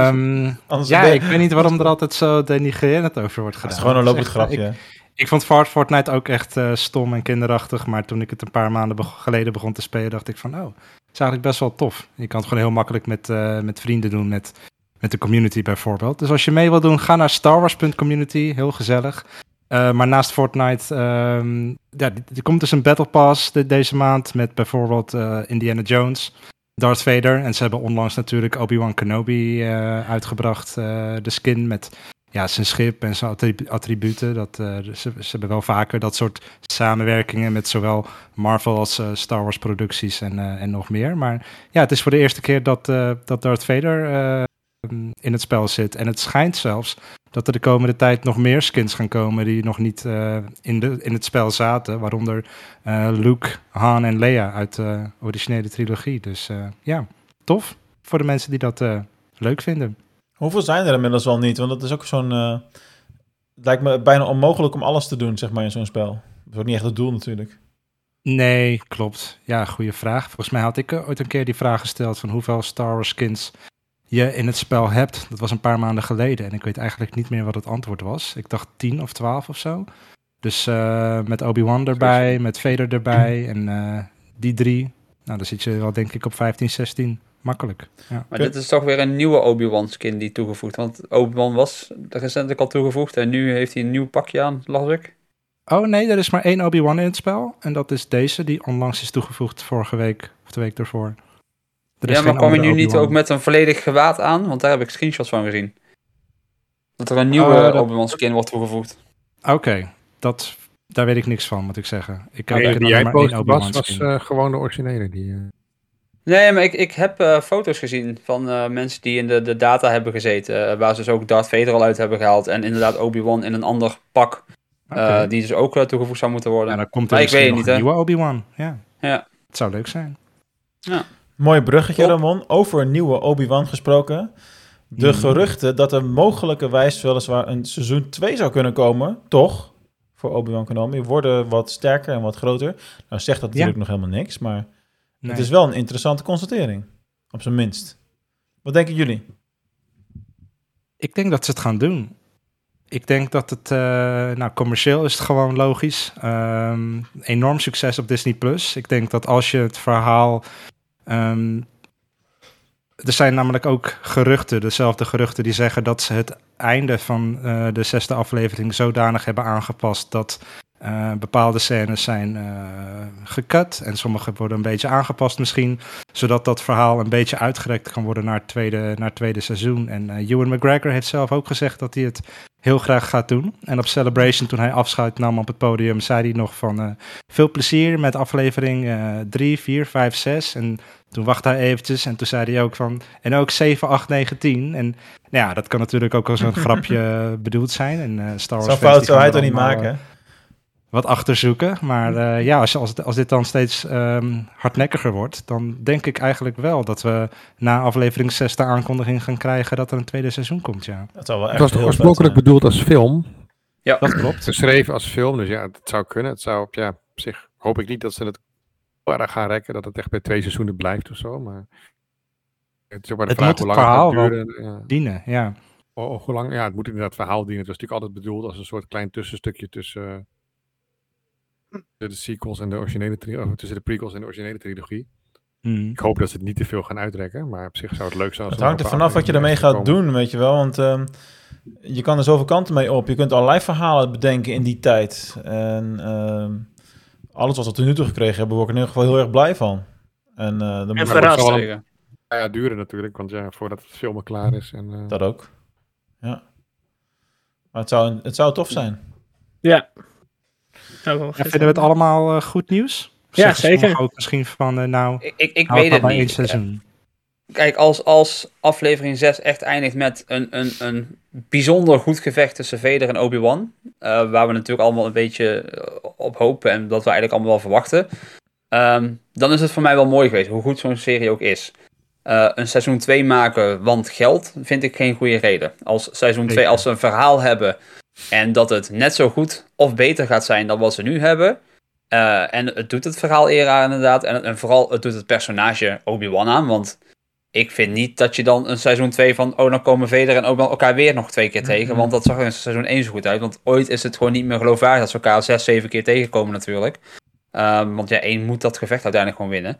Ik weet niet waarom er altijd zo denigrerend over wordt gedaan. Het is gewoon een lopend grapje. Ik vond Fortnite ook echt stom en kinderachtig, maar toen ik het een paar maanden geleden begon te spelen, dacht ik van, het is eigenlijk best wel tof. Je kan het gewoon heel makkelijk met vrienden doen, met de community bijvoorbeeld. Dus als je mee wil doen, ga naar starwars.community, heel gezellig. Maar naast Fortnite, er komt dus een Battle Pass deze maand met bijvoorbeeld Indiana Jones, Darth Vader. En ze hebben onlangs natuurlijk Obi-Wan Kenobi uitgebracht, de skin met zijn schip en zijn attributen. Ze hebben wel vaker dat soort samenwerkingen met zowel Marvel als Star Wars producties en nog meer. Maar ja, het is voor de eerste keer dat Darth Vader in het spel zit. En het schijnt zelfs dat er de komende tijd nog meer skins gaan komen die nog niet in het spel zaten. Waaronder Luke, Han en Leia uit de originele trilogie. Dus tof voor de mensen die dat leuk vinden. Hoeveel zijn er inmiddels wel niet? Want dat is ook zo'n... het lijkt me bijna onmogelijk om alles te doen, zeg maar, in zo'n spel. Dat is ook niet echt het doel natuurlijk. Nee, klopt. Ja, goede vraag. Volgens mij had ik ooit een keer die vraag gesteld van hoeveel Star Wars skins je in het spel hebt. Dat was een paar maanden geleden en ik weet eigenlijk niet meer wat het antwoord was. Ik dacht 10 of 12 of zo. Dus met Obi-Wan erbij, met Vader erbij en die 3. Nou, dan zit je wel denk ik op 15, 16. Makkelijk. Ja. Maar dit is toch weer een nieuwe Obi-Wan skin die toegevoegd. Want Obi-Wan was recentelijk al toegevoegd en nu heeft hij een nieuw pakje aan, las ik. Oh nee, er is maar 1 Obi-Wan in het spel. En dat is deze, die onlangs is toegevoegd vorige week of de week ervoor. Ja, maar kwam je nu niet ook met een volledig gewaad aan? Want daar heb ik screenshots van gezien. Dat er een nieuwe Obi-Wan skin wordt toegevoegd. Oké, daar weet ik niks van, moet ik zeggen. Ik heb die jij postte was gewoon de originele. Nee, maar ik heb foto's gezien van mensen die in de data hebben gezeten. Waar ze dus ook Darth Vader al uit hebben gehaald. En inderdaad Obi-Wan in een ander pak. Die dus ook toegevoegd zou moeten worden. Ja, dan komt er misschien nog een nieuwe Obi-Wan. Ja. Het zou leuk zijn. Ja. Mooi bruggetje, Ramon. Over een nieuwe Obi-Wan gesproken. De geruchten dat er mogelijkerwijs weliswaar een seizoen 2 zou kunnen komen, toch? Voor Obi-Wan Kenobi. Worden wat sterker en wat groter. Nou zegt dat natuurlijk nog helemaal niks, maar het is wel een interessante constatering. Op zijn minst. Wat denken jullie? Ik denk dat ze het gaan doen. Ik denk dat het, commercieel is het gewoon logisch. Enorm succes op Disney+. Ik denk dat als je het verhaal... er zijn namelijk ook geruchten, dezelfde geruchten, die zeggen dat ze het einde van de 6e aflevering zodanig hebben aangepast dat bepaalde scènes zijn gecut en sommige worden een beetje aangepast misschien, zodat dat verhaal een beetje uitgerekt kan worden naar het tweede seizoen. En Ewan McGregor heeft zelf ook gezegd dat hij het heel graag gaat doen. En op Celebration, toen hij afscheid nam op het podium, zei hij nog van veel plezier met aflevering 3, 4, 5, 6. En toen wachtte hij eventjes en toen zei hij ook van... En ook 7, 8, 9, 10. En nou ja, dat kan natuurlijk ook als een grapje bedoeld zijn. En Star Wars zo fout zou hij het niet maken, wat achterzoeken. Maar als dit dan steeds hardnekkiger wordt, dan denk ik eigenlijk wel dat we na aflevering 6 de aankondiging gaan krijgen dat er een tweede seizoen komt, ja. Dat zou wel echt het was oorspronkelijk bedoeld als film. Ja, dat klopt. Geschreven als film, dus ja, het zou kunnen. Het zou op zich hoop ik niet dat ze het gaan rekken, dat het echt bij 2 seizoenen blijft of zo, maar het is ook maar de vraag moet hoe het lang verhaal het gaat duren. Dienen, ja. Hoe lang? Ja, het moet inderdaad verhaal dienen. Het was natuurlijk altijd bedoeld als een soort klein tussenstukje tussen de sequels en de originele tussen de prequels en de originele trilogie. Ik hoop dat ze het niet te veel gaan uitrekken, maar op zich zou het leuk zijn. Het hangt er vanaf wat je ermee gaat doen, weet je wel, want je kan er zoveel kanten mee op. Je kunt allerlei verhalen bedenken in die tijd. En alles wat we tot nu toe gekregen hebben, word ik in ieder geval heel erg blij van. En verrast. Ja, duren natuurlijk, want ja, voordat het filmen klaar is. En, dat ook. Ja. Maar het zou tof zijn. Ja. Vinden we het allemaal goed nieuws? Ja, zeker. Ook misschien van, ik weet het niet. Seizoen. Kijk, als aflevering 6 echt eindigt met een bijzonder goed gevecht tussen Vader en Obi-Wan, waar we natuurlijk allemaal een beetje op hopen en dat we eigenlijk allemaal wel verwachten, dan is het voor mij wel mooi geweest, hoe goed zo'n serie ook is. Een seizoen 2 maken, want geld, vind ik geen goede reden. Als seizoen 2, als ze een verhaal hebben en dat het net zo goed of beter gaat zijn dan wat ze nu hebben, en het doet het verhaal eer aan inderdaad, en vooral het doet het personage Obi-Wan aan, want ik vind niet dat je dan een seizoen 2 van, dan komen Vader en Obi-Wan elkaar weer nog 2 keer tegen, want dat zag er in seizoen 1 zo goed uit, want ooit is het gewoon niet meer geloofwaardig dat ze elkaar 6, 7 keer tegenkomen natuurlijk. Want ja, 1 moet dat gevecht uiteindelijk gewoon winnen.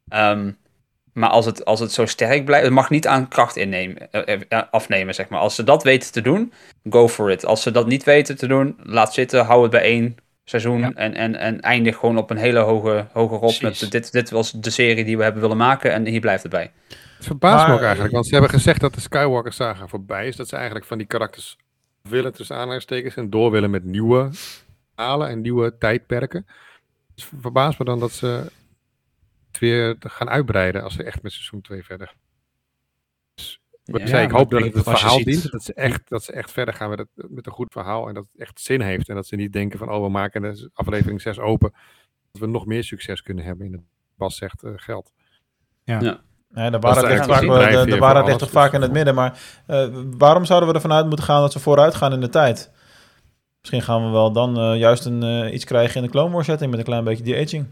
Maar als het zo sterk blijft, het mag niet aan kracht afnemen, zeg maar. Als ze dat weten te doen, go for it. Als ze dat niet weten te doen, laat zitten, hou het bij 1 seizoen en eindig gewoon op een hele hoge rol met dit was de serie die we hebben willen maken en hier blijft het bij. Het verbaast me ook eigenlijk, want ze hebben gezegd dat de Skywalker saga voorbij is, dat ze eigenlijk van die karakters willen tussen aanhalingstekens en door willen met nieuwe verhalen en nieuwe tijdperken. Het verbaast me dan dat ze het weer gaan uitbreiden als ze echt met seizoen 2 verder. Dus, ik hoop dat het verhaal dient, dat ze echt verder gaan met een goed verhaal en dat het echt zin heeft en dat ze niet denken van we maken de aflevering 6 open, dat we nog meer succes kunnen hebben in het Bas zegt geld. Ja, de waarheid ligt toch vaak in het midden, maar waarom zouden we ervan uit moeten gaan dat ze vooruit gaan in de tijd? Misschien gaan we wel dan juist iets krijgen in de Clone Wars setting met een klein beetje de-aging.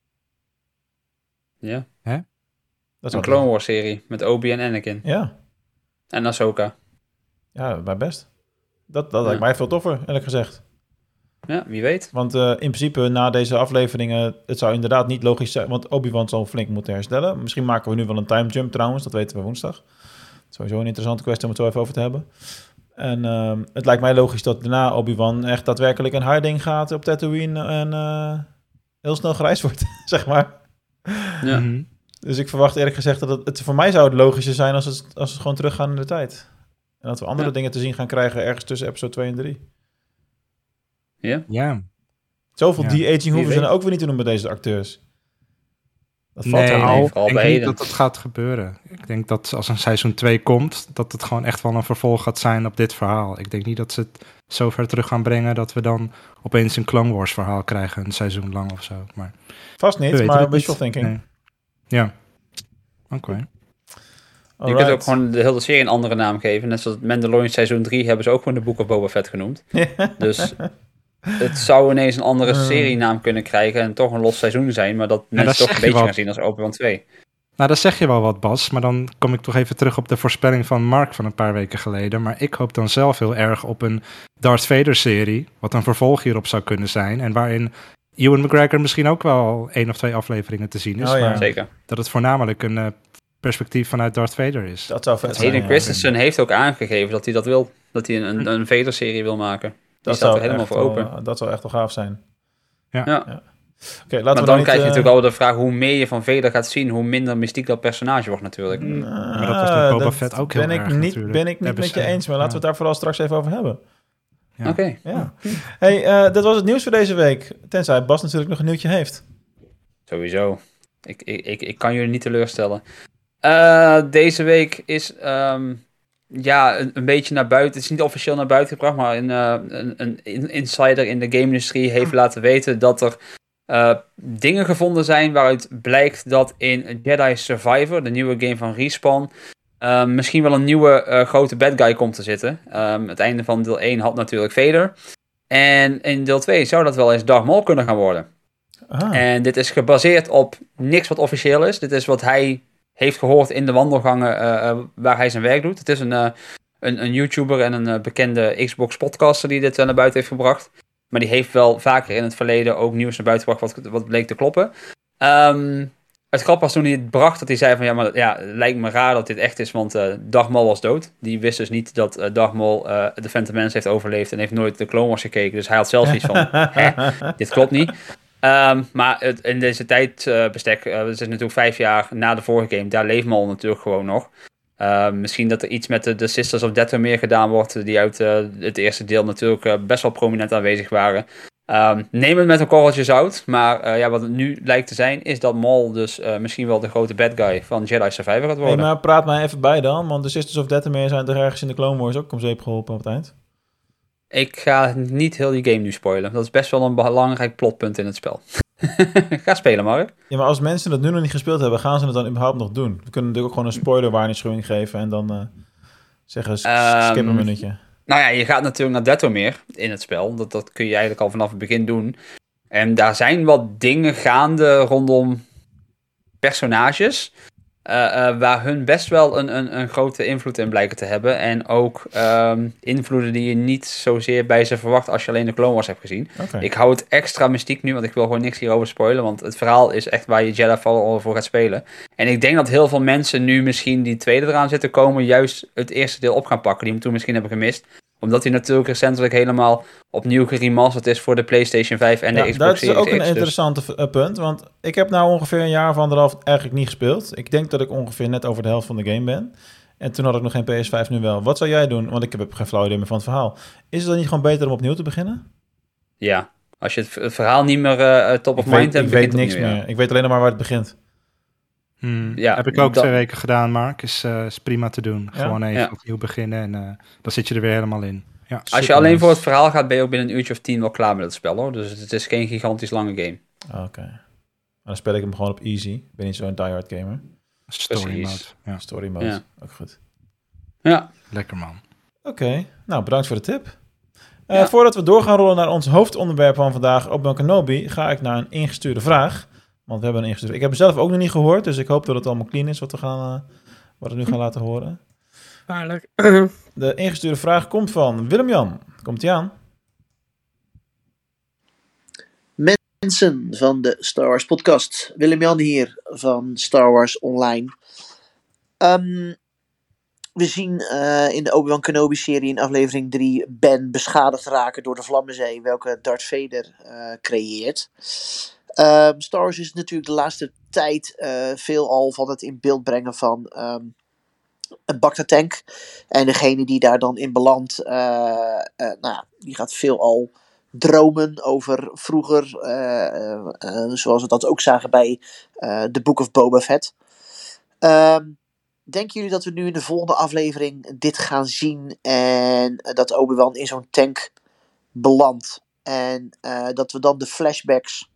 Ja. Hè? Dat is een Clone Wars serie met Obi en Anakin. Ja. En Ahsoka. Ja, bij best. Dat lijkt mij veel toffer, eerlijk gezegd. Ja, wie weet. Want in principe na deze afleveringen, het zou inderdaad niet logisch zijn, want Obi-Wan zal flink moeten herstellen. Misschien maken we nu wel een time jump trouwens, dat weten we woensdag. Sowieso een interessante kwestie om het zo even over te hebben. En het lijkt mij logisch dat daarna Obi-Wan echt daadwerkelijk een hiding gaat op Tatooine en heel snel gereisd wordt, zeg maar. Ja. Dus ik verwacht eerlijk gezegd dat het voor mij zou het logischer zijn als we gewoon teruggaan in de tijd. En dat we andere dingen te zien gaan krijgen ergens tussen episode 2 en 3. Ja. Zoveel de-aging hoeven ze dan ook weer niet te doen bij deze acteurs. Dat valt ik denk niet dat het gaat gebeuren. Ik denk dat als een seizoen 2 komt, dat het gewoon echt wel een vervolg gaat zijn op dit verhaal. Ik denk niet dat ze het zo ver terug gaan brengen dat we dan opeens een Clone Wars verhaal krijgen, een seizoen lang of zo. Maar vast niet, maar wishful thinking. Nee. Ja. Oké. Je kunt ook gewoon de hele serie een andere naam geven. Net zoals Mandalorian seizoen 3 hebben ze ook gewoon de Book of Boba Fett genoemd. Dus het zou ineens een andere serienaam kunnen krijgen en toch een los seizoen zijn, maar dat mensen toch een beetje gaan zien als Obi-Wan 2. Nou, dat zeg je wel wat, Bas, maar dan kom ik toch even terug op de voorspelling van Mark van een paar weken geleden. Maar ik hoop dan zelf heel erg op een Darth Vader-serie, wat een vervolg hierop zou kunnen zijn, en waarin Ewan McGregor misschien ook wel 1 of 2 afleveringen te zien is. Maar zeker. Dat het voornamelijk een perspectief vanuit Darth Vader is. Dat zou vet zijn. Hayden Christensen heeft ook aangegeven dat hij dat wil. Dat hij een Vader-serie wil maken. Die staat er helemaal voor open. Dat zou echt wel gaaf zijn. Ja. Okay, maar dan krijg je natuurlijk al de vraag, hoe meer je van Vader gaat zien, hoe minder mystiek dat personage wordt natuurlijk. Maar dat was met Boba Fett ook heel erg natuurlijk. Ben ik niet met je eens, maar laten we het daar vooral straks even over hebben. Ja. Oké. Ja. Hey, dat was het nieuws voor deze week. Tenzij Bas natuurlijk nog een nieuwtje heeft. Sowieso. Ik kan jullie niet teleurstellen. Deze week is een beetje naar buiten. Het is niet officieel naar buiten gebracht, maar een insider in de game-industrie heeft laten weten dat er dingen gevonden zijn waaruit blijkt dat in Jedi Survivor, de nieuwe game van Respawn, misschien wel een nieuwe grote bad guy komt te zitten. Het einde van deel 1 had natuurlijk Vader. En in deel 2 zou dat wel eens Darth Maul kunnen gaan worden. En dit is gebaseerd op niks wat officieel is. Dit is wat hij heeft gehoord in de wandelgangen waar hij zijn werk doet. Het is een YouTuber en een bekende Xbox podcaster die dit naar buiten heeft gebracht. Maar die heeft wel vaker in het verleden ook nieuws naar buiten gebracht wat bleek te kloppen. Het grap was toen hij het bracht dat hij zei van het lijkt me raar dat dit echt is, want Darth Maul was dood. Die wist dus niet dat Darth Maul de Phantom Menace heeft overleefd en heeft nooit de Clone Wars gekeken. Dus hij had zelfs iets van, dit klopt niet. Maar in deze tijdbestek, het is natuurlijk 5 jaar na de vorige game, daar leeft Maul natuurlijk gewoon nog. Misschien dat er iets met de Sisters of Dathomir gedaan wordt, die uit het eerste deel natuurlijk best wel prominent aanwezig waren. Neem het met een korreltje zout, maar wat het nu lijkt te zijn, is dat Maul dus misschien wel de grote bad guy van Jedi Survivor gaat worden. Hey, maar praat mij even bij dan, want de Sisters of Dathomir zijn er ergens in de Clone Wars ook om zeep geholpen op het eind. Ik ga niet heel die game nu spoilen. Dat is best wel een belangrijk plotpunt in het spel. Ga spelen, Mark. Ja, maar als mensen het nu nog niet gespeeld hebben, gaan ze het dan überhaupt nog doen? We kunnen natuurlijk ook gewoon een spoilerwaarschuwing geven en dan zeggen skip een minuutje. Nou ja, je gaat natuurlijk naar Dathomir in het spel. Dat kun je eigenlijk al vanaf het begin doen. En daar zijn wat dingen gaande rondom personages. Waar hun best wel een grote invloed in blijken te hebben. En ook invloeden die je niet zozeer bij ze verwacht als je alleen de Clone Wars hebt gezien. Okay. Ik hou het extra mystiek nu, want ik wil gewoon niks hierover spoilen. Want het verhaal is echt waar je Jedi Fallen voor gaat spelen. En ik denk dat heel veel mensen nu misschien die tweede eraan zitten komen, juist het eerste deel op gaan pakken. Die hem toen misschien hebben gemist. Omdat hij natuurlijk recentelijk helemaal opnieuw geremasterd is voor de PlayStation 5 en de Xbox Series X. Dat is ook een interessante punt, want ik heb nou ongeveer een jaar of anderhalf eigenlijk niet gespeeld. Ik denk dat ik ongeveer net over de helft van de game ben. En toen had ik nog geen PS5, nu wel. Wat zou jij doen? Want ik heb geen flauw idee meer van het verhaal. Is het dan niet gewoon beter om opnieuw te beginnen? Ja, als je het verhaal niet meer top of mind hebt, ik weet niks meer. Ja. Ik weet alleen nog maar waar het begint. Heb ik ook 2 weken gedaan, Mark. Is prima te doen. Ja? Gewoon even opnieuw beginnen en dan zit je er weer helemaal in. Ja, als je alleen voor het verhaal gaat, ben je ook binnen een uurtje of 10 wel klaar met het spel, hoor. Dus het is geen gigantisch lange game. Oké. Dan speel ik hem gewoon op easy. Ik ben niet zo'n diehard gamer. Story mode. Ja. Story mode, ook goed. Ja. Lekker, man. Oké. Nou, bedankt voor de tip. Voordat we door gaan rollen naar ons hoofdonderwerp van vandaag, Obi-Wan Kenobi, ga ik naar een ingestuurde vraag. Want we hebben een ingestuurde. Ik heb hem zelf ook nog niet gehoord, dus ik hoop dat het allemaal clean is wat we nu gaan laten horen. Waarlijk. De ingestuurde vraag komt van Willem-Jan. Komt-ie aan? Mensen van de Star Wars podcast. Willem-Jan hier van Star Wars Online. We zien in de Obi-Wan Kenobi serie in aflevering 3 Ben beschadigd raken door de Vlammenzee, welke Darth Vader creëert. Star Wars is natuurlijk de laatste tijd veelal van het in beeld brengen van een Bacta-tank. En degene die daar dan in belandt, die gaat veelal dromen over vroeger. Zoals we dat ook zagen bij The Book of Boba Fett. Denken jullie dat we nu in de volgende aflevering dit gaan zien en dat Obi-Wan in zo'n tank belandt? En dat we dan de flashbacks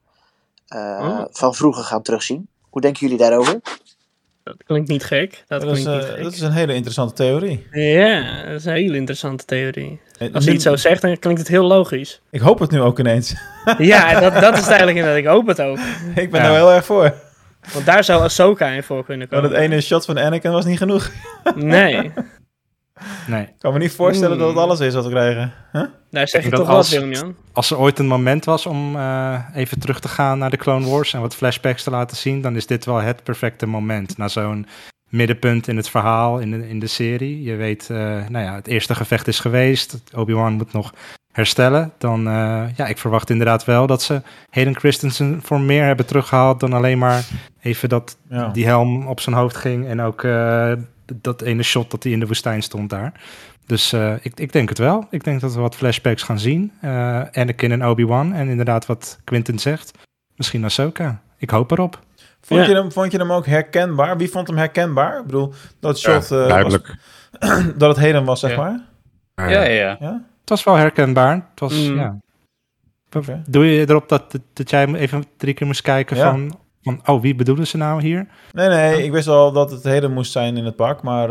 van vroeger gaan terugzien? Hoe denken jullie daarover? Dat klinkt niet gek. Dat is een hele interessante theorie. Ja, dat is een hele interessante theorie. Als je het zo zegt, dan klinkt het heel logisch. Ik hoop het nu ook ineens. Ja, dat is het eigenlijk inderdaad. Ik hoop het ook. Ik ben er heel erg voor. Want daar zou Ahsoka in voor kunnen komen. Maar dat ene shot van Anakin was niet genoeg. Nee. Ik kan me niet voorstellen dat het alles is wat we krijgen. Huh? Daar zeg je toch wat, Willem-Jan. Als er ooit een moment was om even terug te gaan naar de Clone Wars en wat flashbacks te laten zien, dan is dit wel het perfecte moment. Na zo'n middenpunt in het verhaal, in de serie. Je weet, het eerste gevecht is geweest. Obi-Wan moet nog herstellen. Dan, ik verwacht inderdaad wel dat ze Hayden Christensen voor meer hebben teruggehaald dan alleen maar even die helm op zijn hoofd ging en ook dat ene shot dat hij in de woestijn stond daar. Dus ik denk het wel. Ik denk dat we wat flashbacks gaan zien. Anakin en Obi-Wan. En inderdaad wat Quinten zegt. Misschien Ahsoka. Ik hoop erop. Vond je hem ook herkenbaar? Wie vond hem herkenbaar? Ik bedoel, dat shot duidelijk. Dat het Hayden was, zeg maar. Ja. Het was wel herkenbaar. Het was, Okay. Doe je erop dat jij even 3 keer moest kijken van wie bedoelen ze nou hier? Nee, ik wist al dat het Hayden moest zijn in het pak, maar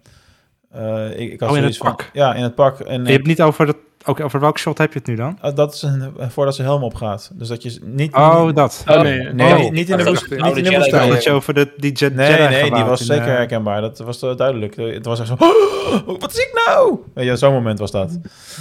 ik had in het pak? Ja, in het pak. En, je hebt niet over welk shot heb je het nu dan? Dat is voordat zijn helm opgaat. Dus dat je niet... dat. Nee, niet in de woestijn. Dat je over die Jet Nee, die was zeker herkenbaar. Dat was duidelijk. Het was echt zo... wat zie ik nou? Ja, zo'n moment was dat.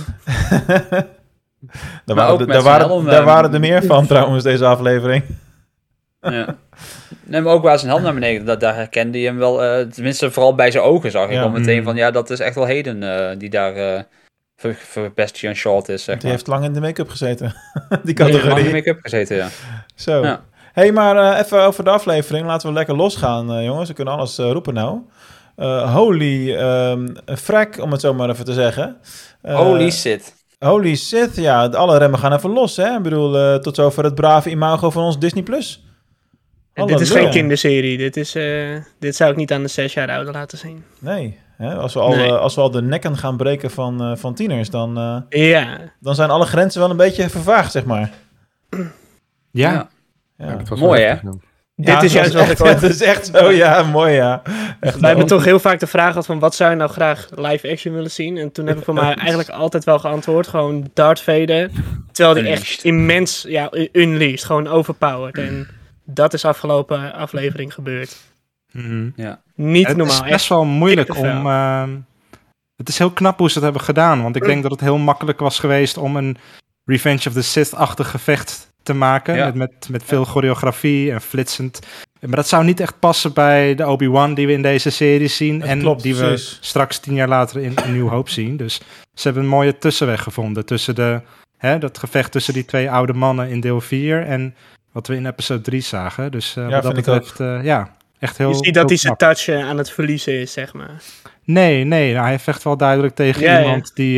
Daar waren er meer van trouwens, deze aflevering. Ja. Nee, maar ook waar zijn helm naar beneden, daar herkende je hem wel, tenminste vooral bij zijn ogen zag ik al meteen van, dat is echt wel Hayden die daar voor Bastian Short is, zeg maar. Die heeft lang in de make-up gezeten, die categorie. Die heeft lang in de make-up gezeten, ja. Zo. Ja. Hey, maar even over de aflevering, laten we lekker losgaan, jongens, we kunnen alles roepen nou. Holy frak, om het zo maar even te zeggen. Holy shit. Holy shit, ja, alle remmen gaan even los, hè. Ik bedoel, tot zover het brave imago van ons Disney+. Dit is geen kinderserie. Dit zou ik niet aan de 6 jaar ouder laten zien. Nee, hè? Als we al de nekken gaan breken van tieners, dan zijn alle grenzen wel een beetje vervaagd, zeg maar. Ja. Dat was mooi, hè? Dit is juist wat ik hoor. Het is echt zo, ja, mooi, ja. Echt wij hebben toch heel vaak de vraag gehad van wat zou je nou graag live action willen zien? En toen heb ik voor mij eigenlijk altijd wel geantwoord, gewoon Darth Vader. Terwijl die echt immens, unleashed, gewoon overpowered. En dat is afgelopen aflevering gebeurd. Mm-hmm. Ja. Niet het normaal. Het is best wel moeilijk om... het is heel knap hoe ze het hebben gedaan. Want ik denk dat het heel makkelijk was geweest om een Revenge of the Sith-achtig gevecht te maken. Ja. Met veel choreografie en flitsend. Maar dat zou niet echt passen bij de Obi-Wan die we in deze serie zien. En klopt, die we straks 10 jaar later in New Hope zien. Dus ze hebben een mooie tussenweg gevonden. Tussen dat gevecht tussen die 2 oude mannen in deel 4 en wat we in episode 3 zagen. Dus wat dat betreft, echt heel... Je ziet dat hij zijn touch aan het verliezen is, zeg maar. Nee, hij vecht wel duidelijk tegen iemand die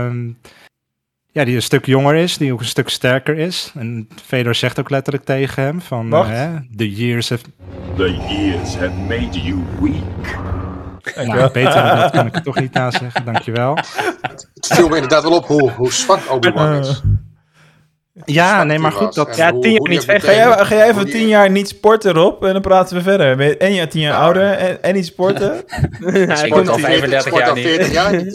een stuk jonger is, die ook een stuk sterker is. En Vader zegt ook letterlijk tegen hem van... The years have made you weak. Beter dan dat kan ik er toch niet nazeggen, dankjewel. Het viel me inderdaad wel op hoe zwak Obi-Wan is. Ja, nee, maar goed. 10 jaar niet weg. Ga jij even 10 jaar niet sporten, Rob? En dan praten we verder. En je 10 jaar ouder en niet sporten? Hij komt al 35 jaar niet. 40 jaar niet.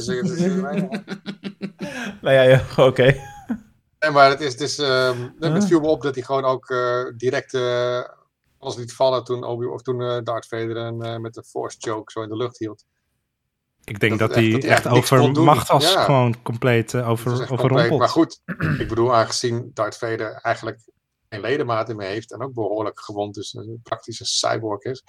Nou ja, oké. Nee, maar het viel me op dat hij gewoon ook direct alles liet vallen toen Darth Vader met de Force Choke zo in de lucht hield. Ik denk dat hij echt overmacht was, gewoon compleet overrompeld. Maar goed, ik bedoel, aangezien Darth Vader eigenlijk geen ledematen meer heeft en ook behoorlijk gewond, dus een praktische cyborg is,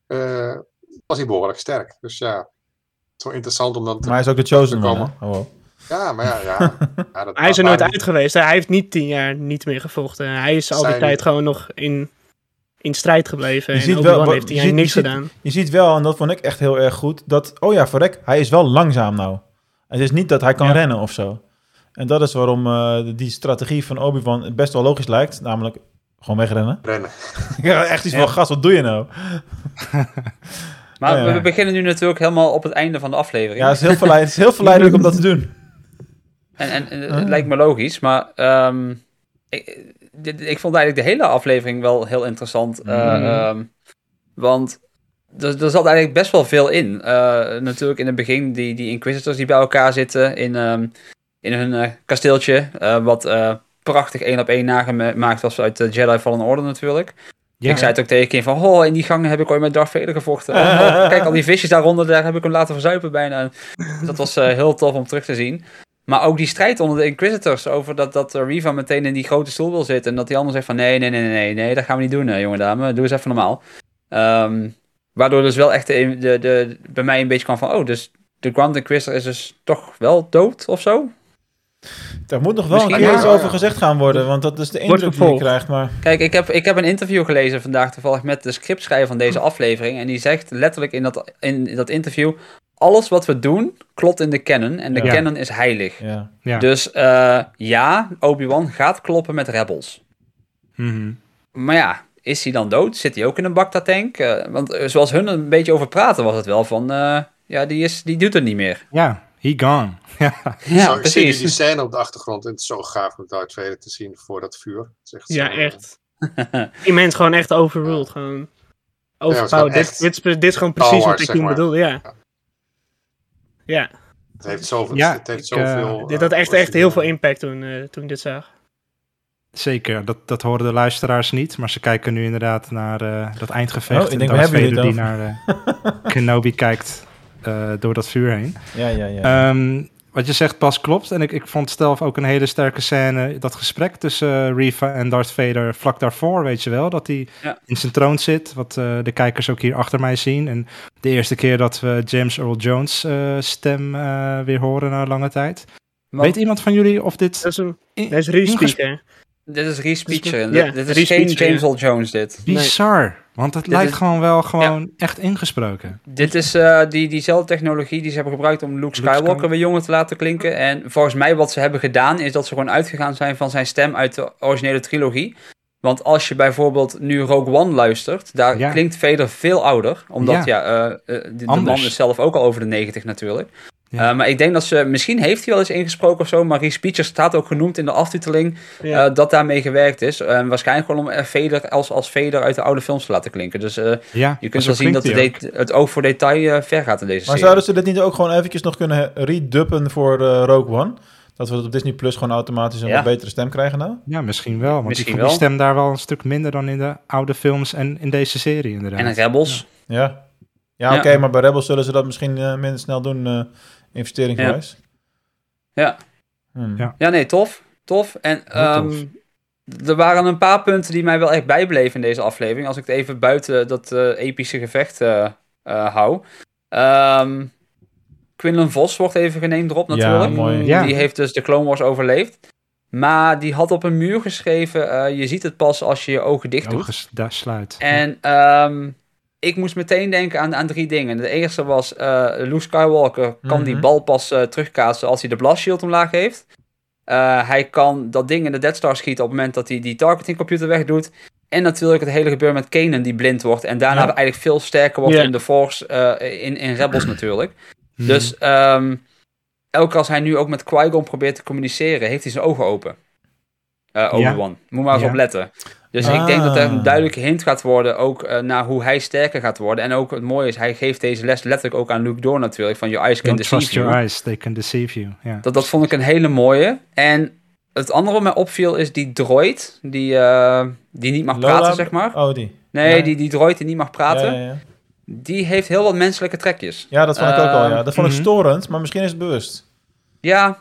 was hij behoorlijk sterk. Dus ja, het is wel interessant om dan maar hij is ook de Chosen One, hè? Ja, maar ja dat Hij is er nooit waren- uit geweest. Hij heeft niet 10 jaar niet meer gevochten. Hij is al die Zijn- tijd gewoon nog in strijd gebleven. Je En ziet Obi-Wan wel, heeft 10 jaar niks gedaan. Je ziet wel, en dat vond ik echt heel erg goed, dat, verrek, hij is wel langzaam nou. Het is niet dat hij kan rennen of zo. En dat is waarom die strategie van Obi-Wan het best wel logisch lijkt, namelijk gewoon wegrennen. Rennen. Ja, echt iets van, gast, wat doe je nou? Maar Ja. we beginnen nu natuurlijk helemaal op het einde van de aflevering. Ja, het is heel verleidelijk om dat te doen. En het lijkt me logisch, maar ik vond eigenlijk de hele aflevering wel heel interessant. Want er zat eigenlijk best wel veel in. Natuurlijk in het begin die Inquisitors die bij elkaar zitten in hun kasteeltje. Wat prachtig 1-op-1 nagemaakt was uit de Jedi Fallen Order natuurlijk. Ja. Ik zei het ook tegen kind van, in die gangen heb ik ooit met Darth Vader gevochten. Kijk, al die visjes daaronder, daar heb ik hem laten verzuipen bijna. Dat was heel tof om terug te zien. Maar ook die strijd onder de Inquisitors over dat Reva meteen in die grote stoel wil zitten. En dat die ander zegt van nee, dat gaan we niet doen, jonge dame. Doe eens even normaal. Waardoor dus wel echt bij mij een beetje kwam van, dus de Grand Inquisitor is dus toch wel dood of zo? Daar moet nog wel Misschien een keer iets wel, over gezegd gaan worden, want dat is de indruk die je krijgt. Maar... Kijk, ik heb een interview gelezen vandaag toevallig met de scriptschrijver van deze aflevering. En die zegt letterlijk in dat interview, alles wat we doen klopt in de canon. En de canon is heilig. Ja. Dus Obi-Wan gaat kloppen met Rebels. Maar ja, is hij dan dood? Zit hij ook in een Bacta-tank? Want zoals hun een beetje over praten was het wel van, die doet het niet meer. Ja, he gone. Ja, Ik zie precies. die scène op de achtergrond en het is zo gaaf om Darth Vader te zien voor dat vuur. Het is echt Ja, zo, echt. Die mens gewoon echt overruled. Gewoon overpowered. Ja, het is Dit is gewoon Star precies Wars, wat ik zeg toen maar. bedoelde, ja. Ja. Het heeft zoveel. Ja, het heeft ik, zoveel Dit had echt heel veel impact toen ik dit zag. Zeker, dat horen de luisteraars niet, maar ze kijken nu inderdaad naar dat eindgevecht. Ik en denk, we Darth hebben Vader jullie die naar Kenobi kijkt door dat vuur heen. Ja. Wat je zegt pas klopt. En ik vond zelf ook een hele sterke scène, dat gesprek tussen Reva en Darth Vader vlak daarvoor, weet je wel. Dat hij in zijn troon zit, wat de kijkers ook hier achter mij zien. En de eerste keer dat we James Earl Jones stem weer horen na lange tijd. Weet iemand van jullie of dit... Dat is re-speaker. Dit is re-speaker. Ja, Dit is geen James Earl Jones, dit. Bizar, want het lijkt gewoon wel echt ingesproken. Dit is diezelfde technologie die ze hebben gebruikt om Luke Skywalker weer jonger te laten klinken. En volgens mij wat ze hebben gedaan is dat ze gewoon uitgegaan zijn van zijn stem uit de originele trilogie. Want als je bijvoorbeeld nu Rogue One luistert, daar klinkt Vader veel ouder. Omdat de man is zelf ook al over de 90 natuurlijk. Ja. Maar ik denk dat misschien heeft hij wel eens ingesproken of zo, maar re-speaker staat ook genoemd in de aftiteling dat daarmee gewerkt is. Waarschijnlijk gewoon om Vader als Vader uit de oude films te laten klinken. Dus je kunt wel zien dat het oog voor detail ver gaat in deze serie. Maar zouden ze dit niet ook gewoon eventjes nog kunnen redubben voor Rogue One? Dat we op Disney Plus gewoon automatisch een wat betere stem krijgen nou? Ja, misschien wel. Want ik vond die stem daar wel een stuk minder dan in de oude films en in deze serie inderdaad. En Rebels. Ja, oké, maar bij Rebels zullen ze dat misschien minder snel doen, investeringswijs. Ja, nee, tof. En er waren een paar punten die mij wel echt bijbleven in deze aflevering. Als ik het even buiten dat epische gevecht hou. Quinlan Vos wordt even geneemd erop natuurlijk. Ja, mooi. Die heeft dus de Clone Wars overleefd. Maar die had op een muur geschreven, je ziet het pas als je je ogen dicht doet. Daar sluit. En ik moest meteen denken aan 3 dingen. De eerste was, Luke Skywalker kan die bal pas terugkaatsen als hij de blast shield omlaag heeft. Hij kan dat ding in de Death Star schieten op het moment dat hij die targeting computer wegdoet. En natuurlijk het hele gebeuren met Kanan die blind wordt. En daarna eigenlijk veel sterker wordt in de Force, in Rebels natuurlijk. Dus elke keer als hij nu ook met Qui-Gon probeert te communiceren, heeft hij zijn ogen open. Obi-Wan. Moet maar eens op letten. Dus ik denk dat er een duidelijke hint gaat worden ook naar hoe hij sterker gaat worden. En ook het mooie is, hij geeft deze les letterlijk ook aan Luke door natuurlijk. Van your eyes can deceive you. Trust your eyes, they can deceive you. Yeah. Dat vond ik een hele mooie. En het andere wat mij opviel is die droid die niet mag praten, zeg maar. Oh, die. Nee, die droid die niet mag praten. Ja. Die heeft heel wat menselijke trekjes. Ja, dat vond ik ook al, ja. Dat vond ik storend, maar misschien is het bewust. Ja,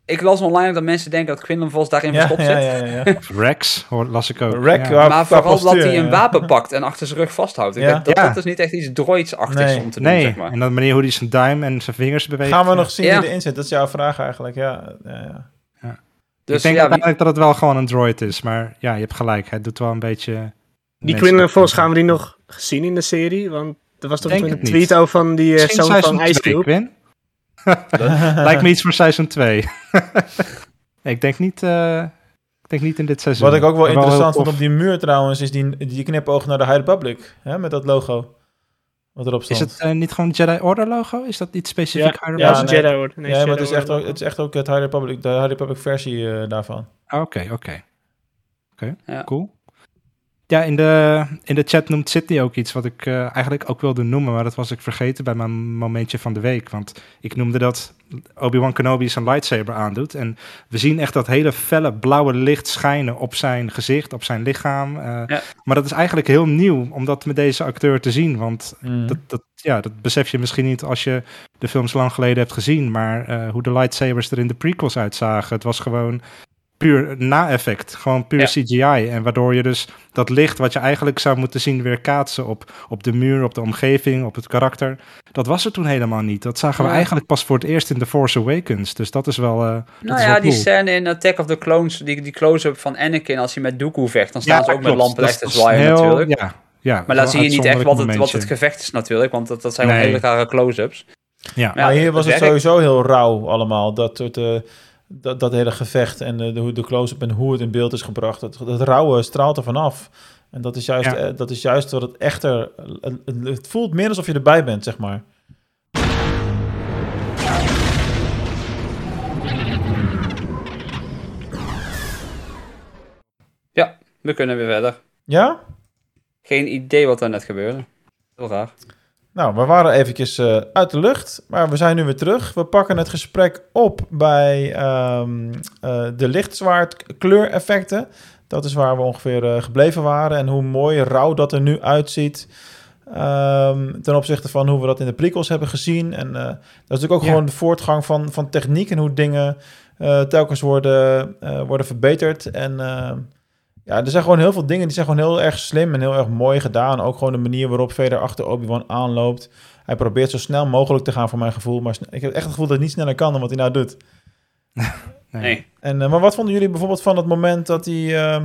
Ik las online dat mensen denken dat Quinlan Vos daarin verstopt zit. Ja. Rex, las ik ook. Rex, maar vooral dat hij een wapen pakt en achter zijn rug vasthoudt. Dat is niet echt iets droidsachtigs om te doen, zeg maar. En dan manier hoe hij zijn duim en zijn vingers beweegt. Gaan we nog zien wie erin zit? Dat is jouw vraag eigenlijk, ja. Dus, ik denk uiteindelijk dat het wel gewoon een droid is. Maar ja, je hebt gelijk. Hij doet wel een beetje... Die Quinlan Vos, gaan we die nog zien in de serie? Want er was toch een tweet over van die zoon van Ice Cube. Lijkt me iets voor seizoen 2. Nee, ik denk niet in dit seizoen. Wat ik ook wel interessant vond op die muur trouwens, is die knipoog naar de High Republic. Hè, met dat logo. Wat erop stond. Is het niet gewoon het Jedi Order logo? Is dat niet specifiek High Republic? Ja, het is Jedi Order. Nee, maar het is echt ook het High Republic, de High Republic versie daarvan. Oké, cool. Ja, in de chat noemt Sydney ook iets wat ik eigenlijk ook wilde noemen, maar dat was ik vergeten bij mijn momentje van de week. Want ik noemde dat Obi-Wan Kenobi zijn lightsaber aandoet. En we zien echt dat hele felle blauwe licht schijnen op zijn gezicht, op zijn lichaam. Maar dat is eigenlijk heel nieuw om dat met deze acteur te zien. Want dat besef je misschien niet als je de films lang geleden hebt gezien. Maar hoe de lightsabers er in de prequels uitzagen, het was gewoon... puur na-effect, gewoon puur CGI. En waardoor je dus dat licht wat je eigenlijk zou moeten zien weerkaatsen op de muur, op de omgeving, op het karakter. Dat was er toen helemaal niet. Dat zagen we eigenlijk pas voor het eerst in The Force Awakens. Dus dat is wel die scène in Attack of the Clones, die close-up van Anakin als hij met Dooku vecht, dan staan ze ook met lampen echt te zwaaien natuurlijk. Ja, maar dan zie je niet echt wat het gevecht is natuurlijk, want dat zijn wel hele rare close-ups. Ja, maar hier was het sowieso heel rauw allemaal. Dat hele gevecht en de close-up en hoe het in beeld is gebracht. Dat rauwe straalt er vanaf. En dat is juist wat het echter... Het voelt meer alsof je erbij bent, zeg maar. Ja, we kunnen weer verder. Ja? Geen idee wat er net gebeurde. Heel raar. Nou, we waren eventjes uit de lucht, maar we zijn nu weer terug. We pakken het gesprek op bij de lichtzwaard kleureffecten. Dat is waar we ongeveer gebleven waren en hoe mooi rauw dat er nu uitziet. Ten opzichte van hoe we dat in de prequels hebben gezien. En dat is natuurlijk ook gewoon de voortgang van techniek en hoe dingen telkens worden verbeterd. En er zijn gewoon heel veel dingen die zijn gewoon heel erg slim en heel erg mooi gedaan. Ook gewoon de manier waarop Vader achter Obi-Wan aanloopt. Hij probeert zo snel mogelijk te gaan voor mijn gevoel. Maar ik heb echt het gevoel dat het niet sneller kan dan wat hij nou doet. Nee. Maar wat vonden jullie bijvoorbeeld van het moment dat hij...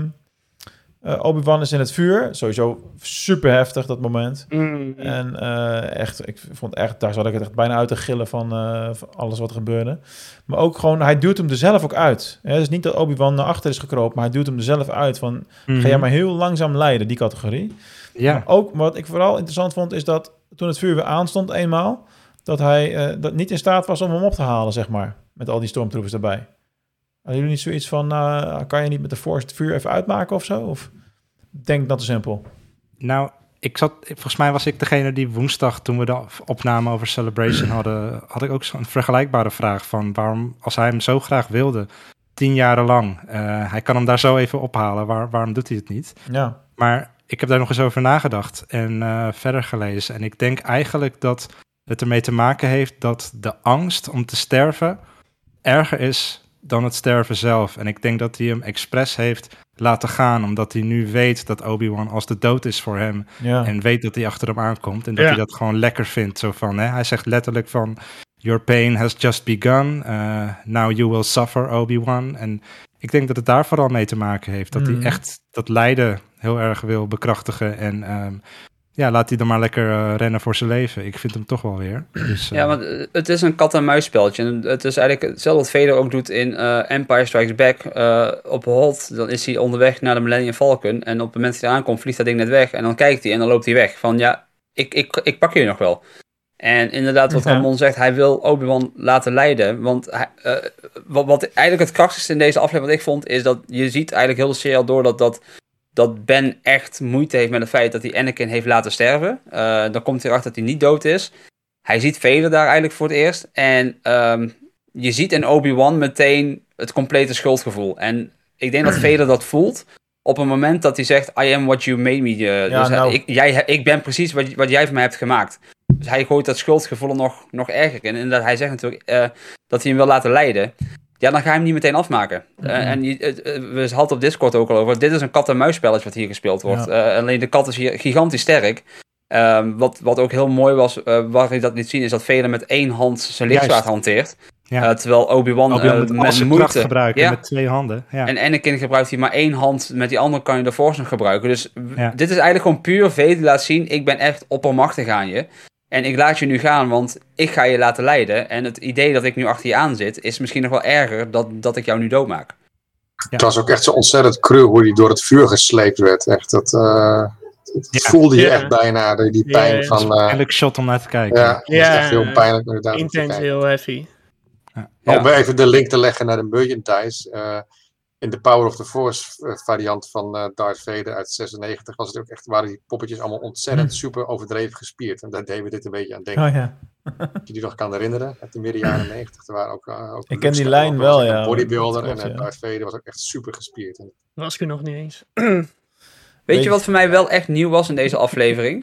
Obi-Wan is in het vuur. Sowieso super heftig, dat moment. En ik vond echt... Daar zat ik het echt bijna uit te gillen van alles wat er gebeurde. Maar ook gewoon... Hij duwt hem er zelf ook uit. Het is niet dat Obi-Wan naar achter is gekropen, maar hij duwt hem er zelf uit. Van, ga jij maar heel langzaam leiden, die categorie. Ja. Maar ook wat ik vooral interessant vond, is dat toen het vuur weer aanstond eenmaal, dat hij dat niet in staat was om hem op te halen, zeg maar. Met al die stormtroopers erbij. Hadden jullie niet zoiets van, kan je niet met de Force het vuur even uitmaken of zo? Of denk dat te simpel? Nou, volgens mij was ik degene die woensdag, toen we de opname over Celebration hadden, had ik ook zo'n vergelijkbare vraag van waarom, als hij hem zo graag wilde, 10 jaren lang, hij kan hem daar zo even ophalen, waarom doet hij het niet? Ja. Maar ik heb daar nog eens over nagedacht en verder gelezen. En ik denk eigenlijk dat het ermee te maken heeft dat de angst om te sterven erger is dan het sterven zelf. En ik denk dat hij hem expres heeft laten gaan, omdat hij nu weet dat Obi-Wan als de dood is voor hem. Ja. En weet dat hij achter hem aankomt. En dat hij dat gewoon lekker vindt. Zo van, hij zegt letterlijk van, your pain has just begun. Now you will suffer, Obi-Wan. En ik denk dat het daar vooral mee te maken heeft. Dat hij echt dat lijden heel erg wil bekrachtigen. En laat hij dan maar lekker rennen voor zijn leven. Ik vind hem toch wel weer. Dus, ja, want het is een kat-en-muisspelletje. En het is eigenlijk hetzelfde wat Vader ook doet in Empire Strikes Back. Op Hoth, dan is hij onderweg naar de Millennium Falcon. En op het moment dat hij aankomt, vliegt dat ding net weg. En dan kijkt hij en dan loopt hij weg. Van ja, ik pak je nog wel. En inderdaad, wat Ramon zegt, hij wil Obi-Wan laten leiden. Want wat eigenlijk het krachtigste in deze aflevering wat ik vond, is dat je ziet eigenlijk heel de serie al door dat Ben echt moeite heeft met het feit dat hij Anakin heeft laten sterven. Dan komt hij erachter dat hij niet dood is. Hij ziet Vader daar eigenlijk voor het eerst. En je ziet in Obi-Wan meteen het complete schuldgevoel. En ik denk dat Vader dat voelt op een moment dat hij zegt, I am what you made me. Ik ben precies wat jij van mij hebt gemaakt. Dus hij gooit dat schuldgevoel nog erger in. En dat hij zegt natuurlijk dat hij hem wil laten leiden. ja, dan ga je hem niet meteen afmaken. En we hadden op Discord ook al over. Dit is een kat-en-muis spelletje wat hier gespeeld wordt. Alleen de kat is hier gigantisch sterk. Wat ook heel mooi was, waar je dat niet zien, is dat Vader met 1 hand zijn lichtzwaard hanteert. Ja. Terwijl Obi-Wan met moeite gebruiken met 2 handen. Ja. En Anakin gebruikt hij maar 1 hand, met die andere kan je de Force nog gebruiken. Dus dit is eigenlijk gewoon puur Vader laat zien, ik ben echt oppermachtig aan je. En ik laat je nu gaan, want ik ga je laten leiden. En het idee dat ik nu achter je aan zit, is misschien nog wel erger dat ik jou nu doodmaak. Ja. Het was ook echt zo ontzettend cru hoe hij door het vuur gesleept werd. Echt, dat voelde je echt bijna, die pijn van... Het is een pijnlijk shot om naar te kijken. Ja, dat is echt heel pijnlijk inderdaad. Intens, heel heavy. Om even de link te leggen naar de merchandise. In de Power of the Force variant van Darth Vader uit 96 was het ook echt, waren die poppetjes allemaal ontzettend super overdreven gespierd. En daar deden we dit een beetje aan denken. Oh, ja. Als je die nog kan herinneren, uit de midden jaren 90. Er waren ook ik ken die lijn wel, ja. Bodybuilder en Darth Vader was ook echt super gespierd. Dat was ik er nog niet eens. Weet je wat voor mij wel echt nieuw was in deze aflevering?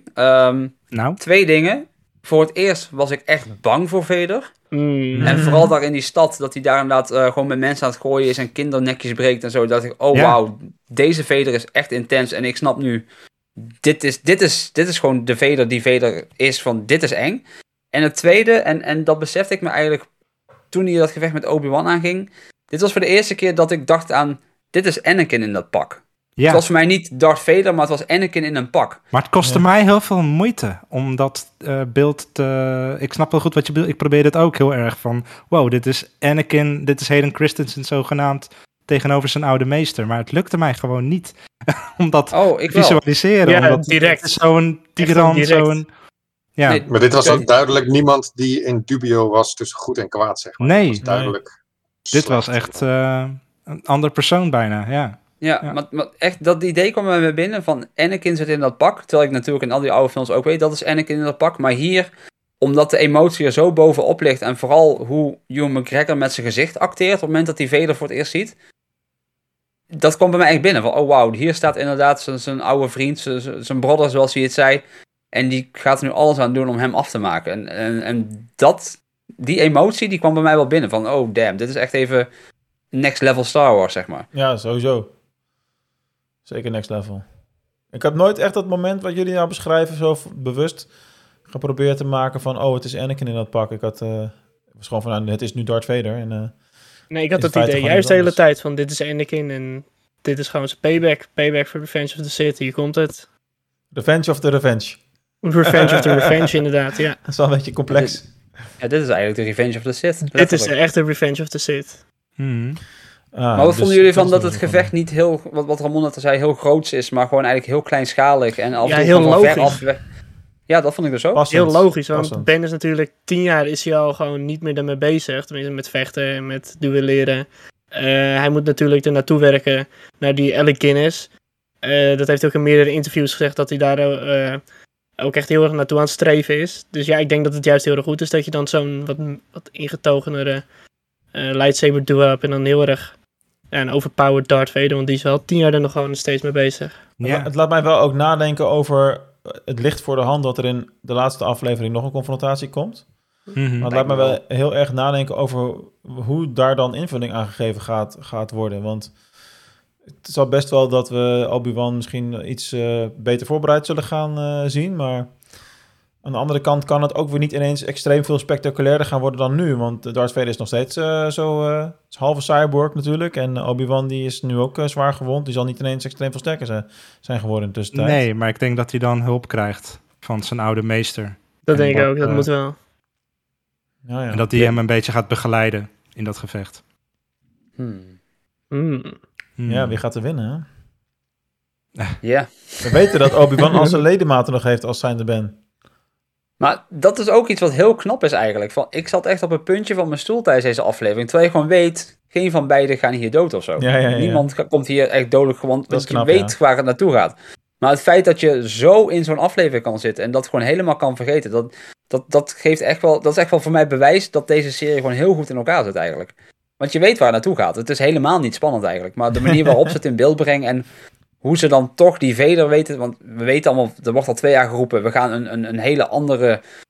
2 dingen. Voor het eerst was ik echt bang voor Vader. En vooral daar in die stad, dat hij daar inderdaad gewoon met mensen aan het gooien is en kindernekjes breekt en zo. Dat ik, wauw, deze Vader is echt intens. En ik snap nu, dit is gewoon de Vader die Vader is, van dit is eng. En het tweede, en dat besefte ik me eigenlijk toen hij dat gevecht met Obi-Wan aanging. Dit was voor de eerste keer dat ik dacht aan, dit is Anakin in dat pak. Ja. Het was voor mij niet Darth Vader, maar het was Anakin in een pak. Maar het kostte mij heel veel moeite om dat beeld te... Ik snap wel goed wat je bedoelt. Ik probeerde het ook heel erg van... Wow, dit is Anakin, dit is Hayden Christensen zogenaamd tegenover zijn oude meester. Maar het lukte mij gewoon niet om dat te visualiseren. Ja, omdat direct. Het is zo'n tiran, zo'n... Ja. Nee, maar dit was ook duidelijk niemand die in dubio was tussen goed en kwaad, zeg maar. Nee. Was duidelijk Dit was echt een ander persoon bijna, ja. Ja. Maar echt, dat idee kwam bij me binnen van Anakin zit in dat pak. Terwijl ik natuurlijk in al die oude films ook weet, dat is Anakin in dat pak. Maar hier, omdat de emotie er zo bovenop ligt en vooral hoe Ewan McGregor met zijn gezicht acteert op het moment dat hij Vader voor het eerst ziet. Dat kwam bij mij echt binnen van, oh wauw, hier staat inderdaad zijn oude vriend, zijn brother zoals hij het zei. En die gaat er nu alles aan doen om hem af te maken. En die emotie, die kwam bij mij wel binnen van, oh damn, dit is echt even next level Star Wars, zeg maar. Ja, sowieso. Zeker next level. Ik had nooit echt dat moment wat jullie nou beschrijven zo bewust geprobeerd te maken van, oh, het is Anakin in dat pak. Ik had, was gewoon van, het is nu Darth Vader. En, nee, ik had het idee juist de hele tijd van, dit is Anakin en dit is gewoon zijn payback. Payback for Revenge of the Sith, hier komt het. Revenge of the Revenge. Revenge of the Revenge, inderdaad, ja. Dat is wel een beetje complex. Dit is eigenlijk de Revenge of the Sith. Dit is echt de Revenge of the Sith. Maar wat vonden jullie van dat het gevecht niet heel, wat Ramon net al zei, heel groots is, maar gewoon eigenlijk heel kleinschalig en af en toe heel logisch. ver af. Ja, dat vond ik dus ook. Passend. Heel logisch, want Ben is natuurlijk 10 jaar is hij al gewoon niet meer daarmee bezig, tenminste met vechten en met duelleren. Hij moet natuurlijk er naartoe werken, naar die Alec Guinness. Dat heeft ook in meerdere interviews gezegd dat hij daar ook echt heel erg naartoe aan het streven is. Dus ja, ik denk dat het juist heel erg goed is dat je dan zo'n wat ingetogenere lightsaber duo hebt en dan heel erg een overpowered Darth Vader, want die is wel 10 jaar er nog gewoon steeds mee bezig. Ja. Het laat mij wel ook nadenken over het ligt voor de hand dat er in de laatste aflevering nog een confrontatie komt. Maar het laat mij wel heel erg nadenken over hoe daar dan invulling aan gegeven gaat worden. Want het is al best wel dat we Obi-Wan misschien iets beter voorbereid zullen gaan zien, maar aan de andere kant kan het ook weer niet ineens extreem veel spectaculairder gaan worden dan nu. Want Darth Vader is nog steeds halve cyborg natuurlijk. En Obi-Wan die is nu ook zwaar gewond. Die zal niet ineens extreem veel sterker zijn geworden in de tussentijd. Nee, maar ik denk dat hij dan hulp krijgt van zijn oude meester. Dat denk ik ook, dat moet wel. Ja. En dat hij hem een beetje gaat begeleiden in dat gevecht. Ja, wie gaat er winnen? Ja. We weten dat Obi-Wan al zijn ledematen nog heeft als zijnde Ben. Maar dat is ook iets wat heel knap is eigenlijk. Ik zat echt op een puntje van mijn stoel tijdens deze aflevering. Terwijl je gewoon weet, geen van beiden gaan hier dood of zo. Ja. Niemand komt hier echt dodelijk gewond. Want knap, je weet waar het naartoe gaat. Maar het feit dat je zo in zo'n aflevering kan zitten en dat gewoon helemaal kan vergeten, dat geeft echt wel, dat is echt wel voor mij bewijs dat deze serie gewoon heel goed in elkaar zit eigenlijk. Want je weet waar het naartoe gaat. Het is helemaal niet spannend eigenlijk. Maar de manier waarop ze het in beeld brengen en hoe ze dan toch die Vader weten, want we weten allemaal, er wordt al 2 jaar geroepen, we gaan een hele andere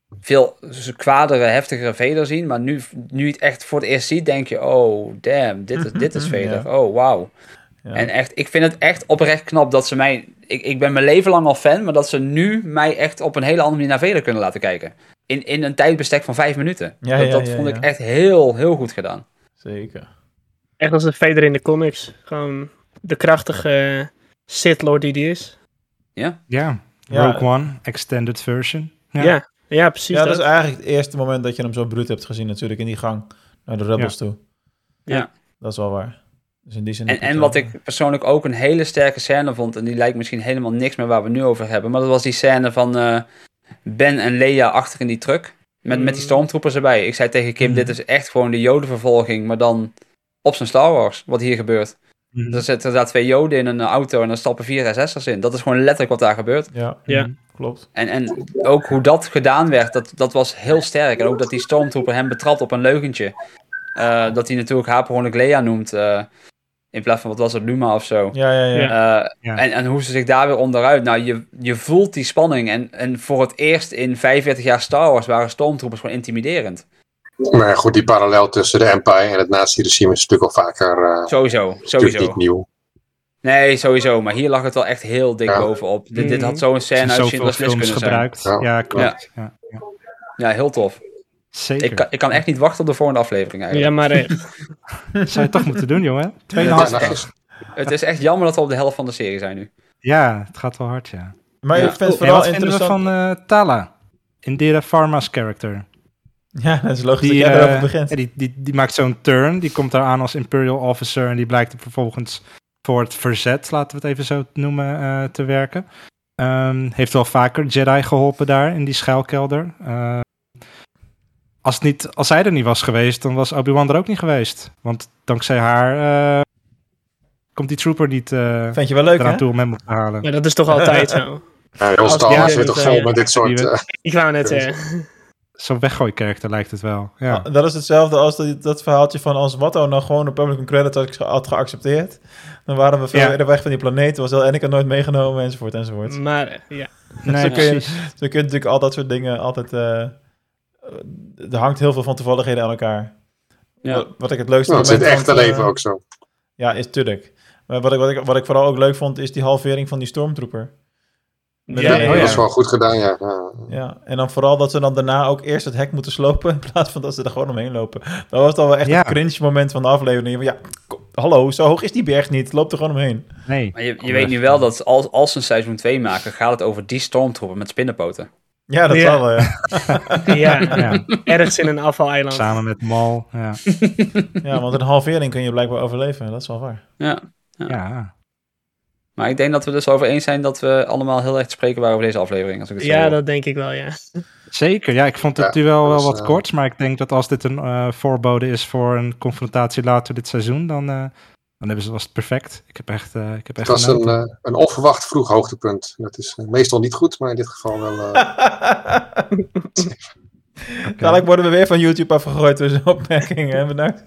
veel kwadere, heftigere Vader zien. Maar nu je het echt voor het eerst ziet, denk je... Oh, damn, dit is Vader. Ja. Oh, wauw. Ja. En echt, ik vind het echt oprecht knap dat ze mij... Ik ben mijn leven lang al fan, maar dat ze nu mij echt op een hele andere manier naar Vader kunnen laten kijken. In een tijdbestek van 5 minuten. Dat vond ik echt heel, heel goed gedaan. Zeker. Echt als de Vader in de comics. Gewoon de krachtige Sith Lord die is. Ja. Ja, Rogue One, extended version. Ja, precies. Ja, dat is eigenlijk het eerste moment dat je hem zo bruut hebt gezien natuurlijk in die gang naar de Rebels toe. Ja. Dat is wel waar. Dus in die zin en wat ik persoonlijk ook een hele sterke scène vond, en die lijkt misschien helemaal niks meer waar we nu over hebben, maar dat was die scène van Ben en Leia achter in die truck. Met die stormtroopers erbij. Ik zei tegen Kim, dit is echt gewoon de Jodenvervolging, maar dan op zijn Star Wars, wat hier gebeurt. Er zitten 2 Joden in een auto en dan stappen 4 SS'ers in. Dat is gewoon letterlijk wat daar gebeurt. Ja. Klopt. En ook hoe dat gedaan werd, dat was heel sterk. En ook dat die stormtrooper hem betrapt op een leugentje. Dat hij natuurlijk haar per ongeluk Leia noemt. In plaats van, wat was het, Luma of zo. Ja. En hoe ze zich daar weer onderuit. Nou, je voelt die spanning. En voor het eerst in 45 jaar Star Wars waren stormtroopers gewoon intimiderend. Maar goed, die parallel tussen de Empire en het nazi-regime is natuurlijk al vaker... Sowieso. niet nieuw. Nee, sowieso. Maar hier lag het wel echt heel dik bovenop. Dit had zo'n scène uit Schindler's List kunnen gebruikt. zijn. Ja, klopt. Ja, heel tof. Zeker. Ik kan echt niet wachten op de volgende aflevering eigenlijk. Ja, maar zou je toch moeten doen, jongen. 2,5 Het is echt jammer dat we op de helft van de serie zijn nu. Ja, het gaat wel hard, ja. Maar ik vind het vooral wat interessant... vinden we van Tala? Indira Pharma's character. Ja, dat is logisch dat jij erover begint. Die maakt zo'n turn. Die komt daar aan als Imperial Officer. En die blijkt er vervolgens voor het verzet, laten we het even zo noemen, te werken. Heeft wel vaker Jedi geholpen daar in die schuilkelder. Als zij er niet was geweest, dan was Obi-Wan er ook niet geweest. Want dankzij haar komt die trooper niet Vind je wel leuk, eraan toe om hem op te halen. Ja, dat is toch altijd zo. Ja, heel Star Wars zit toch vol met dit soort... Ik wou net... Zo'n weggooi-character lijkt het wel. Ja. Dat is hetzelfde als dat verhaaltje van als Watto nou gewoon de Republican Credits had geaccepteerd. Dan waren we veel eerder weg van die planeet. Was Anakin nooit meegenomen, enzovoort. Maar, ja. Nee, zo kun je natuurlijk al dat soort dingen altijd... er hangt heel veel van toevalligheden aan elkaar. Ja. Wat ik het leukste moment vond... Het is het echte leven ook zo. Ja, is tuurlijk. Maar wat ik vooral ook leuk vond, is die halvering van die stormtrooper. Dat is wel goed gedaan, ja. Ja, en dan vooral dat ze dan daarna ook eerst het hek moeten slopen in plaats van dat ze er gewoon omheen lopen. Dat was dan wel echt een cringe moment van de aflevering. Ja, hallo, zo hoog is die berg niet. Loop er gewoon omheen. Nee. Maar je weet nu wel dat als ze een seizoen 2 maken, gaat het over die stormtrooper met spinnenpoten. Ja, dat zal wel, ja. Ergens in een afvaleiland. Samen met Mal, ja. Ja, want een halvering kun je blijkbaar overleven. Dat is wel waar. Ja. Maar ik denk dat we dus over eens zijn dat we allemaal heel erg te spreken waren over deze aflevering. Als ik het zo hoor. Dat denk ik wel, ja. Zeker, ja. Ik vond het duel wel wat kort. Maar ik denk dat als dit een voorbode is voor een confrontatie later dit seizoen, dan was het perfect. Ik heb echt het was een onverwacht vroeg hoogtepunt. Dat is meestal niet goed, maar in dit geval wel... Dadelijk worden we weer van YouTube afgegooid door zo'n opmerkingen. Bedankt.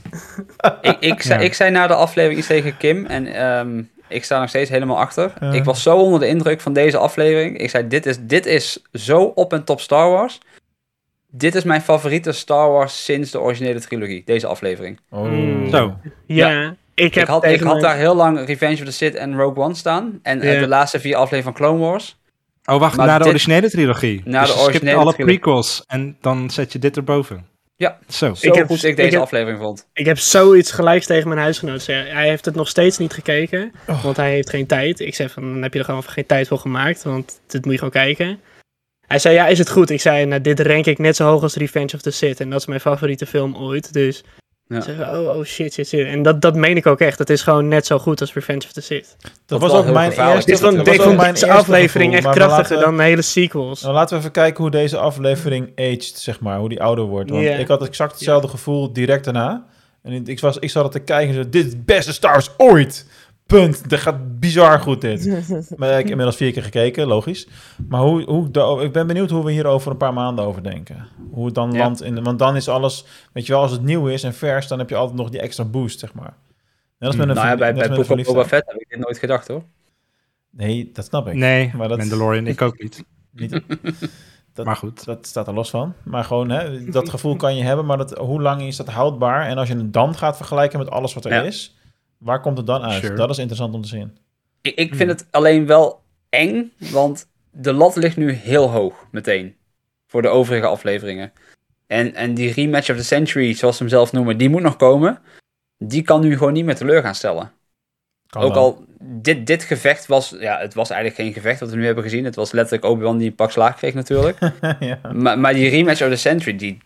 Ik zei na de aflevering iets tegen Kim en... ik sta nog steeds helemaal achter. Ik was zo onder de indruk van deze aflevering. Ik zei, dit is zo op en top Star Wars. Dit is mijn favoriete Star Wars sinds de originele trilogie. Deze aflevering. Zo. Ja. Ik had daar heel lang Revenge of the Sith en Rogue One staan. En de laatste 4 afleveringen van Clone Wars. Oh, wacht, na de originele trilogie. Na de originele alle prequels en dan zet je dit erboven. Ja, zo goed ik deze aflevering vond. Ik heb zoiets gelijks tegen mijn huisgenoot. Hij heeft het nog steeds niet gekeken, want hij heeft geen tijd. Ik zei van, dan heb je er gewoon geen tijd voor gemaakt, want dit moet je gewoon kijken. Hij zei, ja, is het goed? Ik zei, nou, dit rank ik net zo hoog als Revenge of the Sith. En dat is mijn favoriete film ooit, dus... Ja. Oh shit. En dat meen ik ook echt. Het is gewoon net zo goed als Revenge of the Sith. Dat was ook mijn eerste... Ik vond deze aflevering echt krachtiger dan de hele sequels. Nou, laten we even kijken hoe deze aflevering aged, zeg maar. Hoe die ouder wordt. Want ik had exact hetzelfde gevoel direct daarna. En ik zat er te kijken en zei, dit is het beste Star Wars ooit. Punt. Dat gaat bizar goed dit. Maar ik heb inmiddels 4 keer gekeken, logisch. Maar ik ben benieuwd hoe we hier over een paar maanden over denken. Hoe het dan landt in... Want dan is alles... Weet je wel, als het nieuw is en vers, dan heb je altijd nog die extra boost, zeg maar. Bij Book of Boba Fett heb ik dit nooit gedacht, hoor. Nee, dat snap ik. Nee, maar dat... Mandalorian, ik ook niet. Maar goed. Dat staat er los van. Maar gewoon, dat gevoel kan je hebben, maar hoe lang is dat houdbaar? En als je het dan gaat vergelijken met alles wat er is, waar komt het dan uit? Sure. Dat is interessant om te zien. Ik vind het alleen wel eng, want de lat ligt nu heel hoog meteen. Voor de overige afleveringen. En die rematch of the century, zoals ze hem zelf noemen, die moet nog komen. Die kan nu gewoon niet meer teleur gaan stellen. Ook al, dit gevecht was... Ja, het was eigenlijk geen gevecht wat we nu hebben gezien. Het was letterlijk Obi-Wan die een pak slaag kreeg natuurlijk. Ja. Maar die rematch of the century,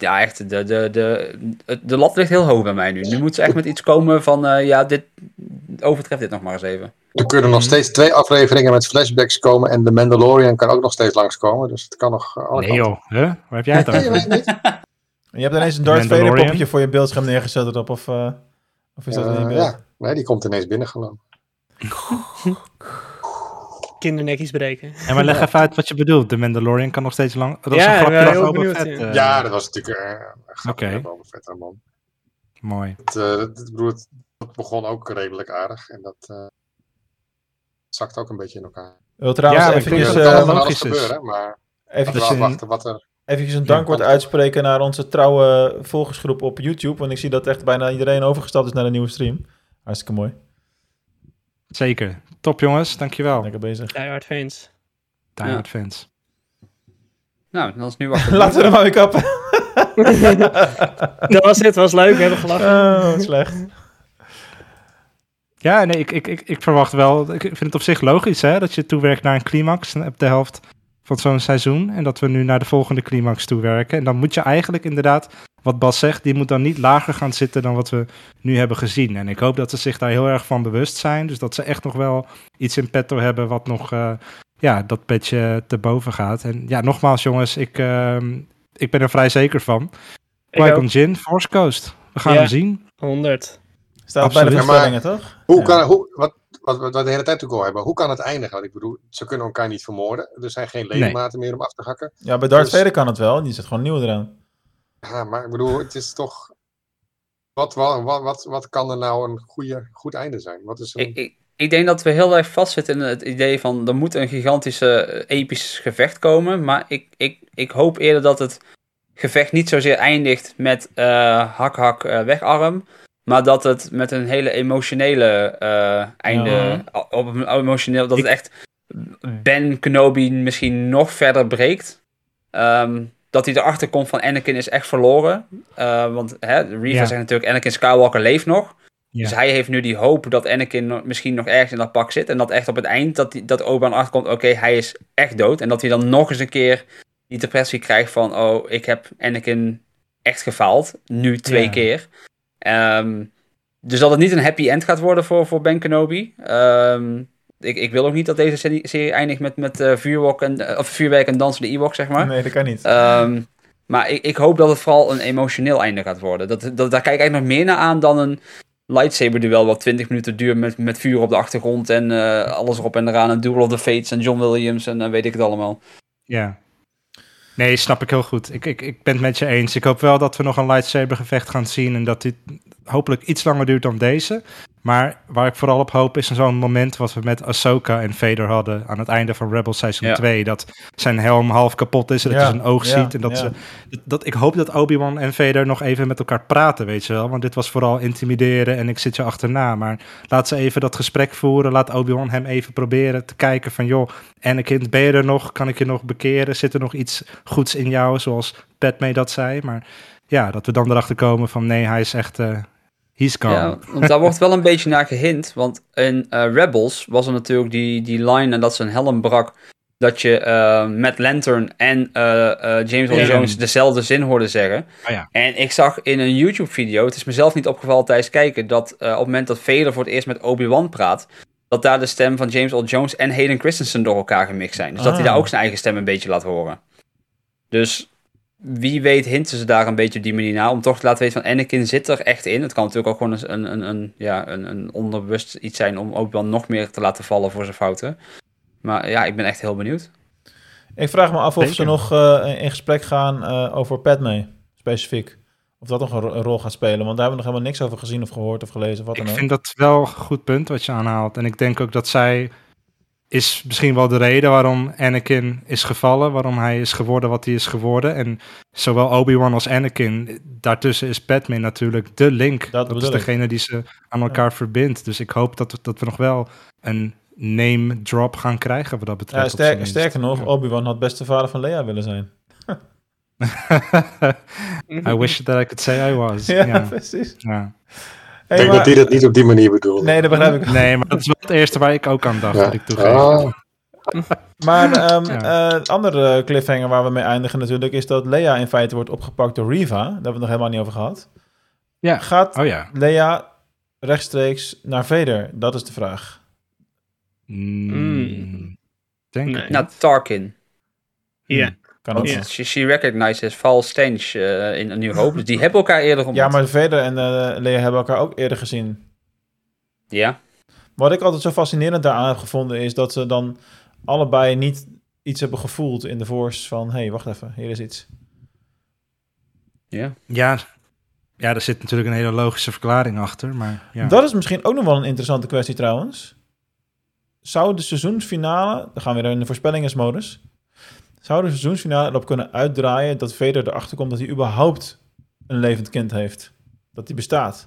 de lat ligt heel hoog bij mij nu. Nu moet ze echt met iets komen van... dit overtreft dit nog maar eens even. Er kunnen nog steeds 2 afleveringen met flashbacks komen. En de Mandalorian kan ook nog steeds langskomen. Dus het kan nog alle kanten. joh, waar heb jij het over? Je weet niet. Je hebt ineens een Darth Vader poppetje voor je beeldscherm neergezet erop, of is dat niet meer? Ja, nee, die komt ineens binnen geloof. Kindernekjes breken. En maar leg even uit wat je bedoelt. De Mandalorian kan nog steeds lang... Dat is Ja, een grapje ik ben van heel Boba benieuwd, Fett. Ja, dat was natuurlijk een grapje Oké. van Boba Fett, man. Mooi. Het begon ook redelijk aardig. En dat zakt ook een beetje in elkaar. Wil trouwens Ja, eventjes, Er kan nog van alles logisch is. gebeuren, maar even laten we afwachten wat er... eventjes een dankwoord uitspreken naar onze trouwe volgersgroep op YouTube. Want ik zie dat echt bijna iedereen overgestapt is naar de nieuwe stream. Hartstikke mooi. Zeker. Top jongens, dankjewel. Lekker bezig. Diehard fans. Diehard fans. Nou, dan is nu wat. Laten we er maar weer kappen. Dat was het, was leuk, we hebben gelachen. Oh, slecht. Ja, nee, ik verwacht wel... Ik vind het op zich logisch, hè, dat je toewerkt naar een climax op de helft van zo'n seizoen. En dat we nu naar de volgende climax toewerken. En dan moet je eigenlijk inderdaad, wat Bas zegt, die moet dan niet lager gaan zitten dan wat we nu hebben gezien. En ik hoop dat ze zich daar heel erg van bewust zijn. Dus dat ze echt nog wel iets in petto hebben wat nog dat petje te boven gaat. En ja, nogmaals jongens, ik ben er vrij zeker van. Qui-Gon Jinn, Force Ghost. We gaan hem zien. 100. Staat bij de voorspellingen, toch? Wat we de hele tijd ook al hebben. Hoe kan het eindigen? Want ik bedoel, ze kunnen elkaar niet vermoorden. Er zijn geen ledematen meer om af te hakken. Ja, bij Darth Vader kan het wel. Die zet gewoon nieuw eraan. Ja, maar ik bedoel, het is toch... Wat kan er nou een goed einde zijn? Wat is Ik denk dat we heel erg vastzitten in het idee van... er moet een gigantische, episch gevecht komen. Maar ik hoop eerder dat het gevecht niet zozeer eindigt met hak, wegarm... maar dat het met een hele emotionele einde... emotioneel, dat het echt Ben Kenobi misschien nog verder breekt. Dat hij erachter komt van Anakin is echt verloren. Want Reva zegt natuurlijk, Anakin Skywalker leeft nog. Ja. Dus hij heeft nu die hoop dat Anakin misschien nog ergens in dat pak zit. En dat echt op het eind, dat Obi-Wan achterkomt, oké, hij is echt dood. En dat hij dan nog eens een keer die depressie krijgt van, oh, ik heb Anakin echt gefaald. Nu 2 keer. Dus dat het niet een happy end gaat worden voor Ben Kenobi. Ik wil ook niet dat deze serie eindigt met vuurwerk en dansen de Ewoks, zeg maar. Nee, dat kan niet. Maar ik hoop dat het vooral een emotioneel einde gaat worden. Daar kijk ik eigenlijk nog meer naar aan dan een lightsaber duel wat 20 minuten duurt met vuur op de achtergrond en alles erop en eraan. En Duel of the Fates en John Williams en weet ik het allemaal. Ja. Nee, snap ik heel goed. Ik ben het met je eens. Ik hoop wel dat we nog een lightsaber gevecht gaan zien en dat dit hopelijk iets langer duurt dan deze. Maar waar ik vooral op hoop is zo'n moment wat we met Ahsoka en Vader hadden aan het einde van Rebels seizoen 2. Dat zijn helm half kapot is en dat je zijn oog ziet. En dat ik hoop dat Obi-Wan en Vader nog even met elkaar praten, weet je wel. Want dit was vooral intimideren en ik zit je achterna. Maar laat ze even dat gesprek voeren. Laat Obi-Wan hem even proberen te kijken van, joh, Anakin, ben je er nog? Kan ik je nog bekeren? Zit er nog iets goeds in jou, zoals Padmé dat zei? Maar ja, dat we dan erachter komen van, nee, hij is echt... he's gone. Ja, want daar wordt wel een beetje naar gehint. Want in Rebels was er natuurlijk die line en dat zijn helm brak. Dat je Matt Lanter en James Earl Jones dezelfde zin hoorde zeggen. Oh ja. En ik zag in een YouTube-video, het is mezelf niet opgevallen tijdens kijken, dat op het moment dat Vader voor het eerst met Obi-Wan praat, dat daar de stem van James Earl Jones en Hayden Christensen door elkaar gemixt zijn. Dus dat hij daar ook zijn eigen stem een beetje laat horen. Dus wie weet hinten ze daar een beetje op die manier naar, om toch te laten weten van Anakin zit er echt in. Het kan natuurlijk ook gewoon een onderbewust iets zijn om Obi-Wan nog meer te laten vallen voor zijn fouten. Maar ja, ik ben echt heel benieuwd. Ik vraag me af of ze nog in gesprek gaan over Padmé, specifiek. Of dat nog een rol gaat spelen. Want daar hebben we nog helemaal niks over gezien of gehoord of gelezen. Of wat dan ook. Ik vind dat wel een goed punt wat je aanhaalt. En ik denk ook dat zij is misschien wel de reden waarom Anakin is gevallen, waarom hij is geworden wat hij is geworden. En zowel Obi-Wan als Anakin, daartussen is Padmé natuurlijk de link. Dat is degene die ze aan elkaar verbindt. Dus ik hoop dat we nog wel een name drop gaan krijgen wat dat betreft. Ja, sterker nog, Obi-Wan had best de vader van Leia willen zijn. I wish that I could say I was. Ja, precies. Ja. Ik denk dat hij dat niet op die manier bedoelde. Nee, dat begrijp ik. Nee, maar dat is wel het eerste waar ik ook aan dacht. Dat ik toegeef. Maar een andere cliffhanger waar we mee eindigen natuurlijk is dat Leia in feite wordt opgepakt door Reva. Daar hebben we het nog helemaal niet over gehad. Ja. Gaat Leia rechtstreeks naar Vader? Dat is de vraag. Denk naar Tarkin. Ja. Kan ook. Want she recognizes Val Stench in A New Hope. Dus die hebben elkaar eerder ontmoet. Ja, maar Vader en Leia hebben elkaar ook eerder gezien. Ja. Wat ik altijd zo fascinerend daaraan heb gevonden is dat ze dan allebei niet iets hebben gevoeld in de Force van, hé, wacht even, hier is iets. Ja. Ja, er zit natuurlijk een hele logische verklaring achter, maar ja. Dat is misschien ook nog wel een interessante kwestie trouwens. Zou de seizoensfinale, dan gaan we weer in de voorspellingsmodus, zou de seizoensfinale erop kunnen uitdraaien dat Vader erachter komt dat hij überhaupt een levend kind heeft? Dat hij bestaat?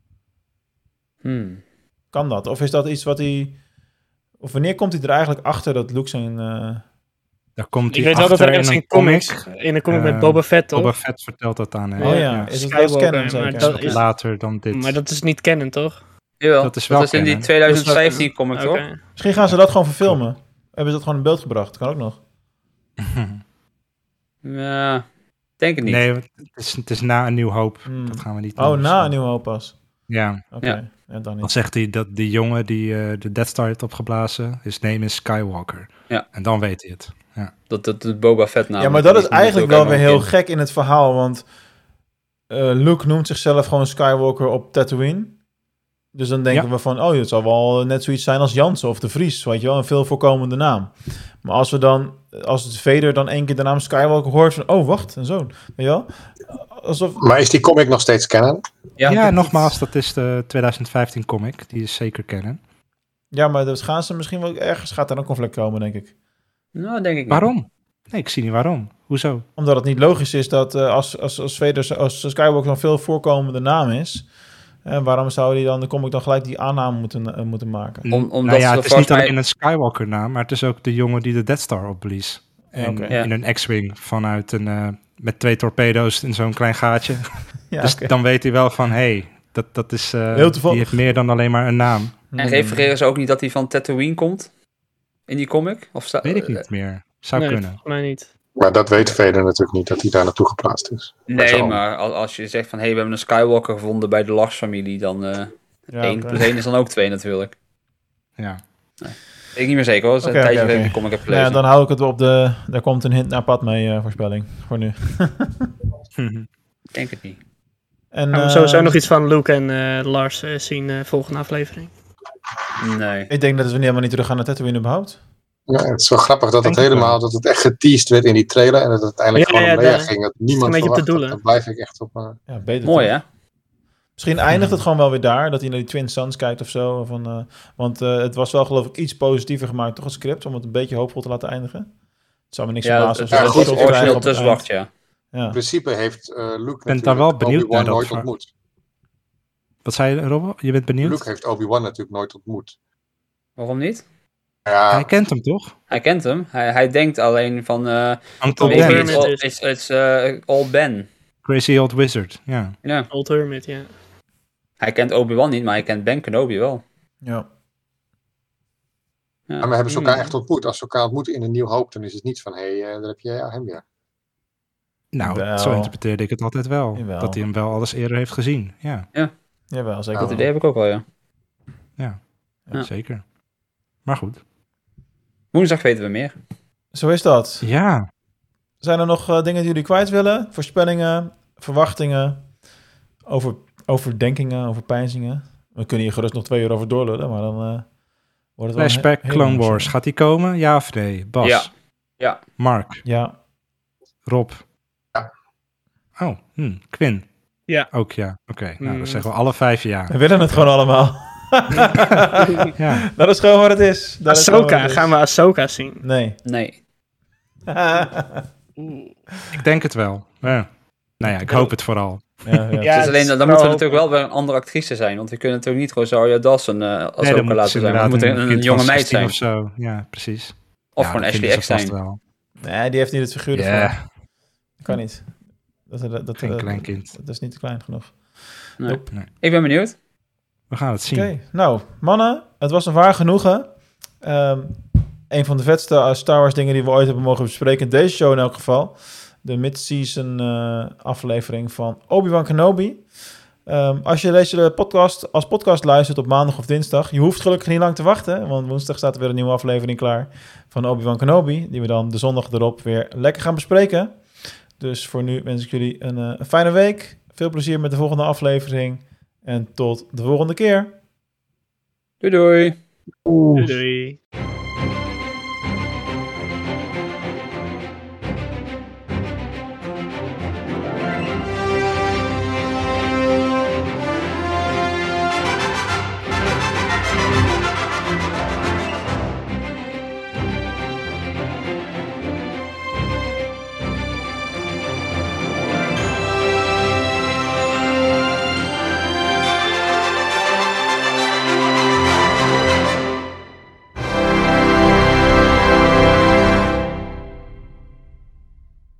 Kan dat? Of is dat iets wat hij... Of wanneer komt hij er eigenlijk achter dat Luke zijn... Daar komt ik hij weet wel dat er achter in een comic met Boba Fett, toch? Boba Fett vertelt dat aan hem. Oh ja, is het wel canon zeker? Later dan dit. Maar dat is niet canon, toch? Jawel, dat is wel in die 2015 comic, toch? Misschien gaan ze dat gewoon verfilmen. Hebben ze dat gewoon in beeld gebracht? Kan ook nog. Ja, denk het niet. Nee, het is na een New Hope. Dat gaan we niet doen. Oh, na een New Hope pas? Ja. Oké. Ja, dan zegt hij dat die jongen die de Death Star heeft opgeblazen, his name is Skywalker. Ja. En dan weet hij het. Ja. Dat Boba Fett naam. Ja, maar dat is eigenlijk wel weer heel gek in het verhaal, want Luke noemt zichzelf gewoon Skywalker op Tatooine. Dus dan denken we van, het zal wel net zoiets zijn als Jansen of de Vries, weet je wel, een veel voorkomende naam. Maar als het Vader dan één keer de naam Skywalker hoort, van, wacht, een zoon, weet je wel? Maar is die comic nog steeds canon? Ja, nogmaals, dat is de 2015 comic, die is zeker canon. Ja, maar dus gaan ze misschien wel ergens, gaat daar een conflict komen, denk ik. Nou, denk ik niet. Waarom? Nee, ik zie niet waarom. Hoezo? Omdat het niet logisch is dat als Vader, als Skywalker een veel voorkomende naam is, waarom zou hij dan de comic dan gelijk die aanname moeten maken? Omdat het is niet alleen een Skywalker naam, maar het is ook de jongen die de Death Star opblies. In een X-Wing vanuit met 2 torpedo's in zo'n klein gaatje. Dus dan weet hij wel van, dat is, die heeft meer dan alleen maar een naam. En refereren ze ook niet dat hij van Tatooine komt? In die comic? Weet ik niet meer. Zou kunnen. Volgens mij niet. Maar dat weet Vader natuurlijk niet, dat hij daar naartoe geplaatst is. Nee, maar als je zegt van, we hebben een Skywalker gevonden bij de Lars-familie, dan 1 plus 1 is dan ook 2 natuurlijk. Ja. Nee. Weet ik niet meer zeker hoor, dat is een tijdje geleden de comic heb gelezen. Ja, dan hou ik het op daar komt een hint naar Padmé voorspelling, voor nu. Ik denk het niet. En gaan we sowieso nog iets van Luke en Lars zien volgende aflevering? Nee. Ik denk dat we helemaal niet terug gaan naar Tatooine überhaupt. Ja, het is wel grappig dat het echt geteased werd in die trailer en dat het uiteindelijk gewoon om Leia ging. Dat niemand verwacht. Dat blijf ik echt op. Beter mooi toch? Hè? Misschien eindigt het gewoon wel weer daar, dat hij naar die Twin Suns kijkt of zo. Want het was wel geloof ik iets positiever gemaakt, toch, het script, om het een beetje hoopvol te laten eindigen. Het zou me niks verbazen. Ja, goed origineel tussenwacht, ja. In principe heeft Luke ben daar wel benieuwd Obi-Wan naar nooit ontmoet. Wat zei je, Robbe? Je bent benieuwd? Luke heeft Obi-Wan natuurlijk nooit ontmoet. Waarom niet? Ja. Hij kent hem toch? Hij kent hem. Hij denkt alleen van... Uncle Ben. It's Old Ben. Crazy Old Wizard, ja. Old Hermit, ja. Hij kent Obi-Wan niet, maar hij kent Ben Kenobi wel. Ja. Maar hebben ze elkaar echt ontmoet? Als ze elkaar ontmoeten in een Nieuw Hoop, dan is het niet van, daar heb je hem weer. Nou, zo interpreteerde ik het altijd wel. Jawel. Dat hij hem wel alles eerder heeft gezien, ja. Jawel, zeker. Dat idee heb ik ook wel, ja. Ja, zeker. Maar goed. Woensdag weten we meer. Zo is dat. Ja. Zijn er nog dingen die jullie kwijt willen? Voorspellingen, verwachtingen, overdenkingen, overpeinzingen? We kunnen hier gerust nog 2 uur over doorlullen, maar dan wordt het wel... Flashback Clone Wars, gaat die komen? Ja of nee? Bas? Ja. Mark? Ja. Rob? Ja. Oh, Quinn? Ja. Ook ja. Oké, nou dan zeggen we alle 5 ja. We willen het gewoon allemaal. Ja. Dat is gewoon wat het is. Dat is gewoon wat Ahsoka, het is. gaan we Ahsoka zien? Nee. Nee. Ik denk het wel. Ja. Nou ja, ik hoop het vooral. Ja. Het is alleen, dan moet er natuurlijk wel weer een andere actrice zijn. Want we kunnen natuurlijk niet Rosario Dawson als ook laten zijn. Het moet een jonge meid zijn. Of zo. Ja, precies. Of gewoon Ashley Eckstein. Nee, die heeft niet het figuur ervoor. Ja. Dat kan niet. Geen kleinkind. Dat is niet te klein genoeg. Nee. Nope. Nee. Ik ben benieuwd. We gaan het zien. Oké, nou, mannen, het was een waar genoegen. Een van de vetste Star Wars dingen die we ooit hebben mogen bespreken in deze show in elk geval. De mid-season aflevering van Obi-Wan Kenobi. Als je deze podcast als podcast luistert op maandag of dinsdag, je hoeft gelukkig niet lang te wachten, want woensdag staat er weer een nieuwe aflevering klaar van Obi-Wan Kenobi, die we dan de zondag erop weer lekker gaan bespreken. Dus voor nu wens ik jullie een fijne week. Veel plezier met de volgende aflevering. En tot de volgende keer. Doei doei. Doei.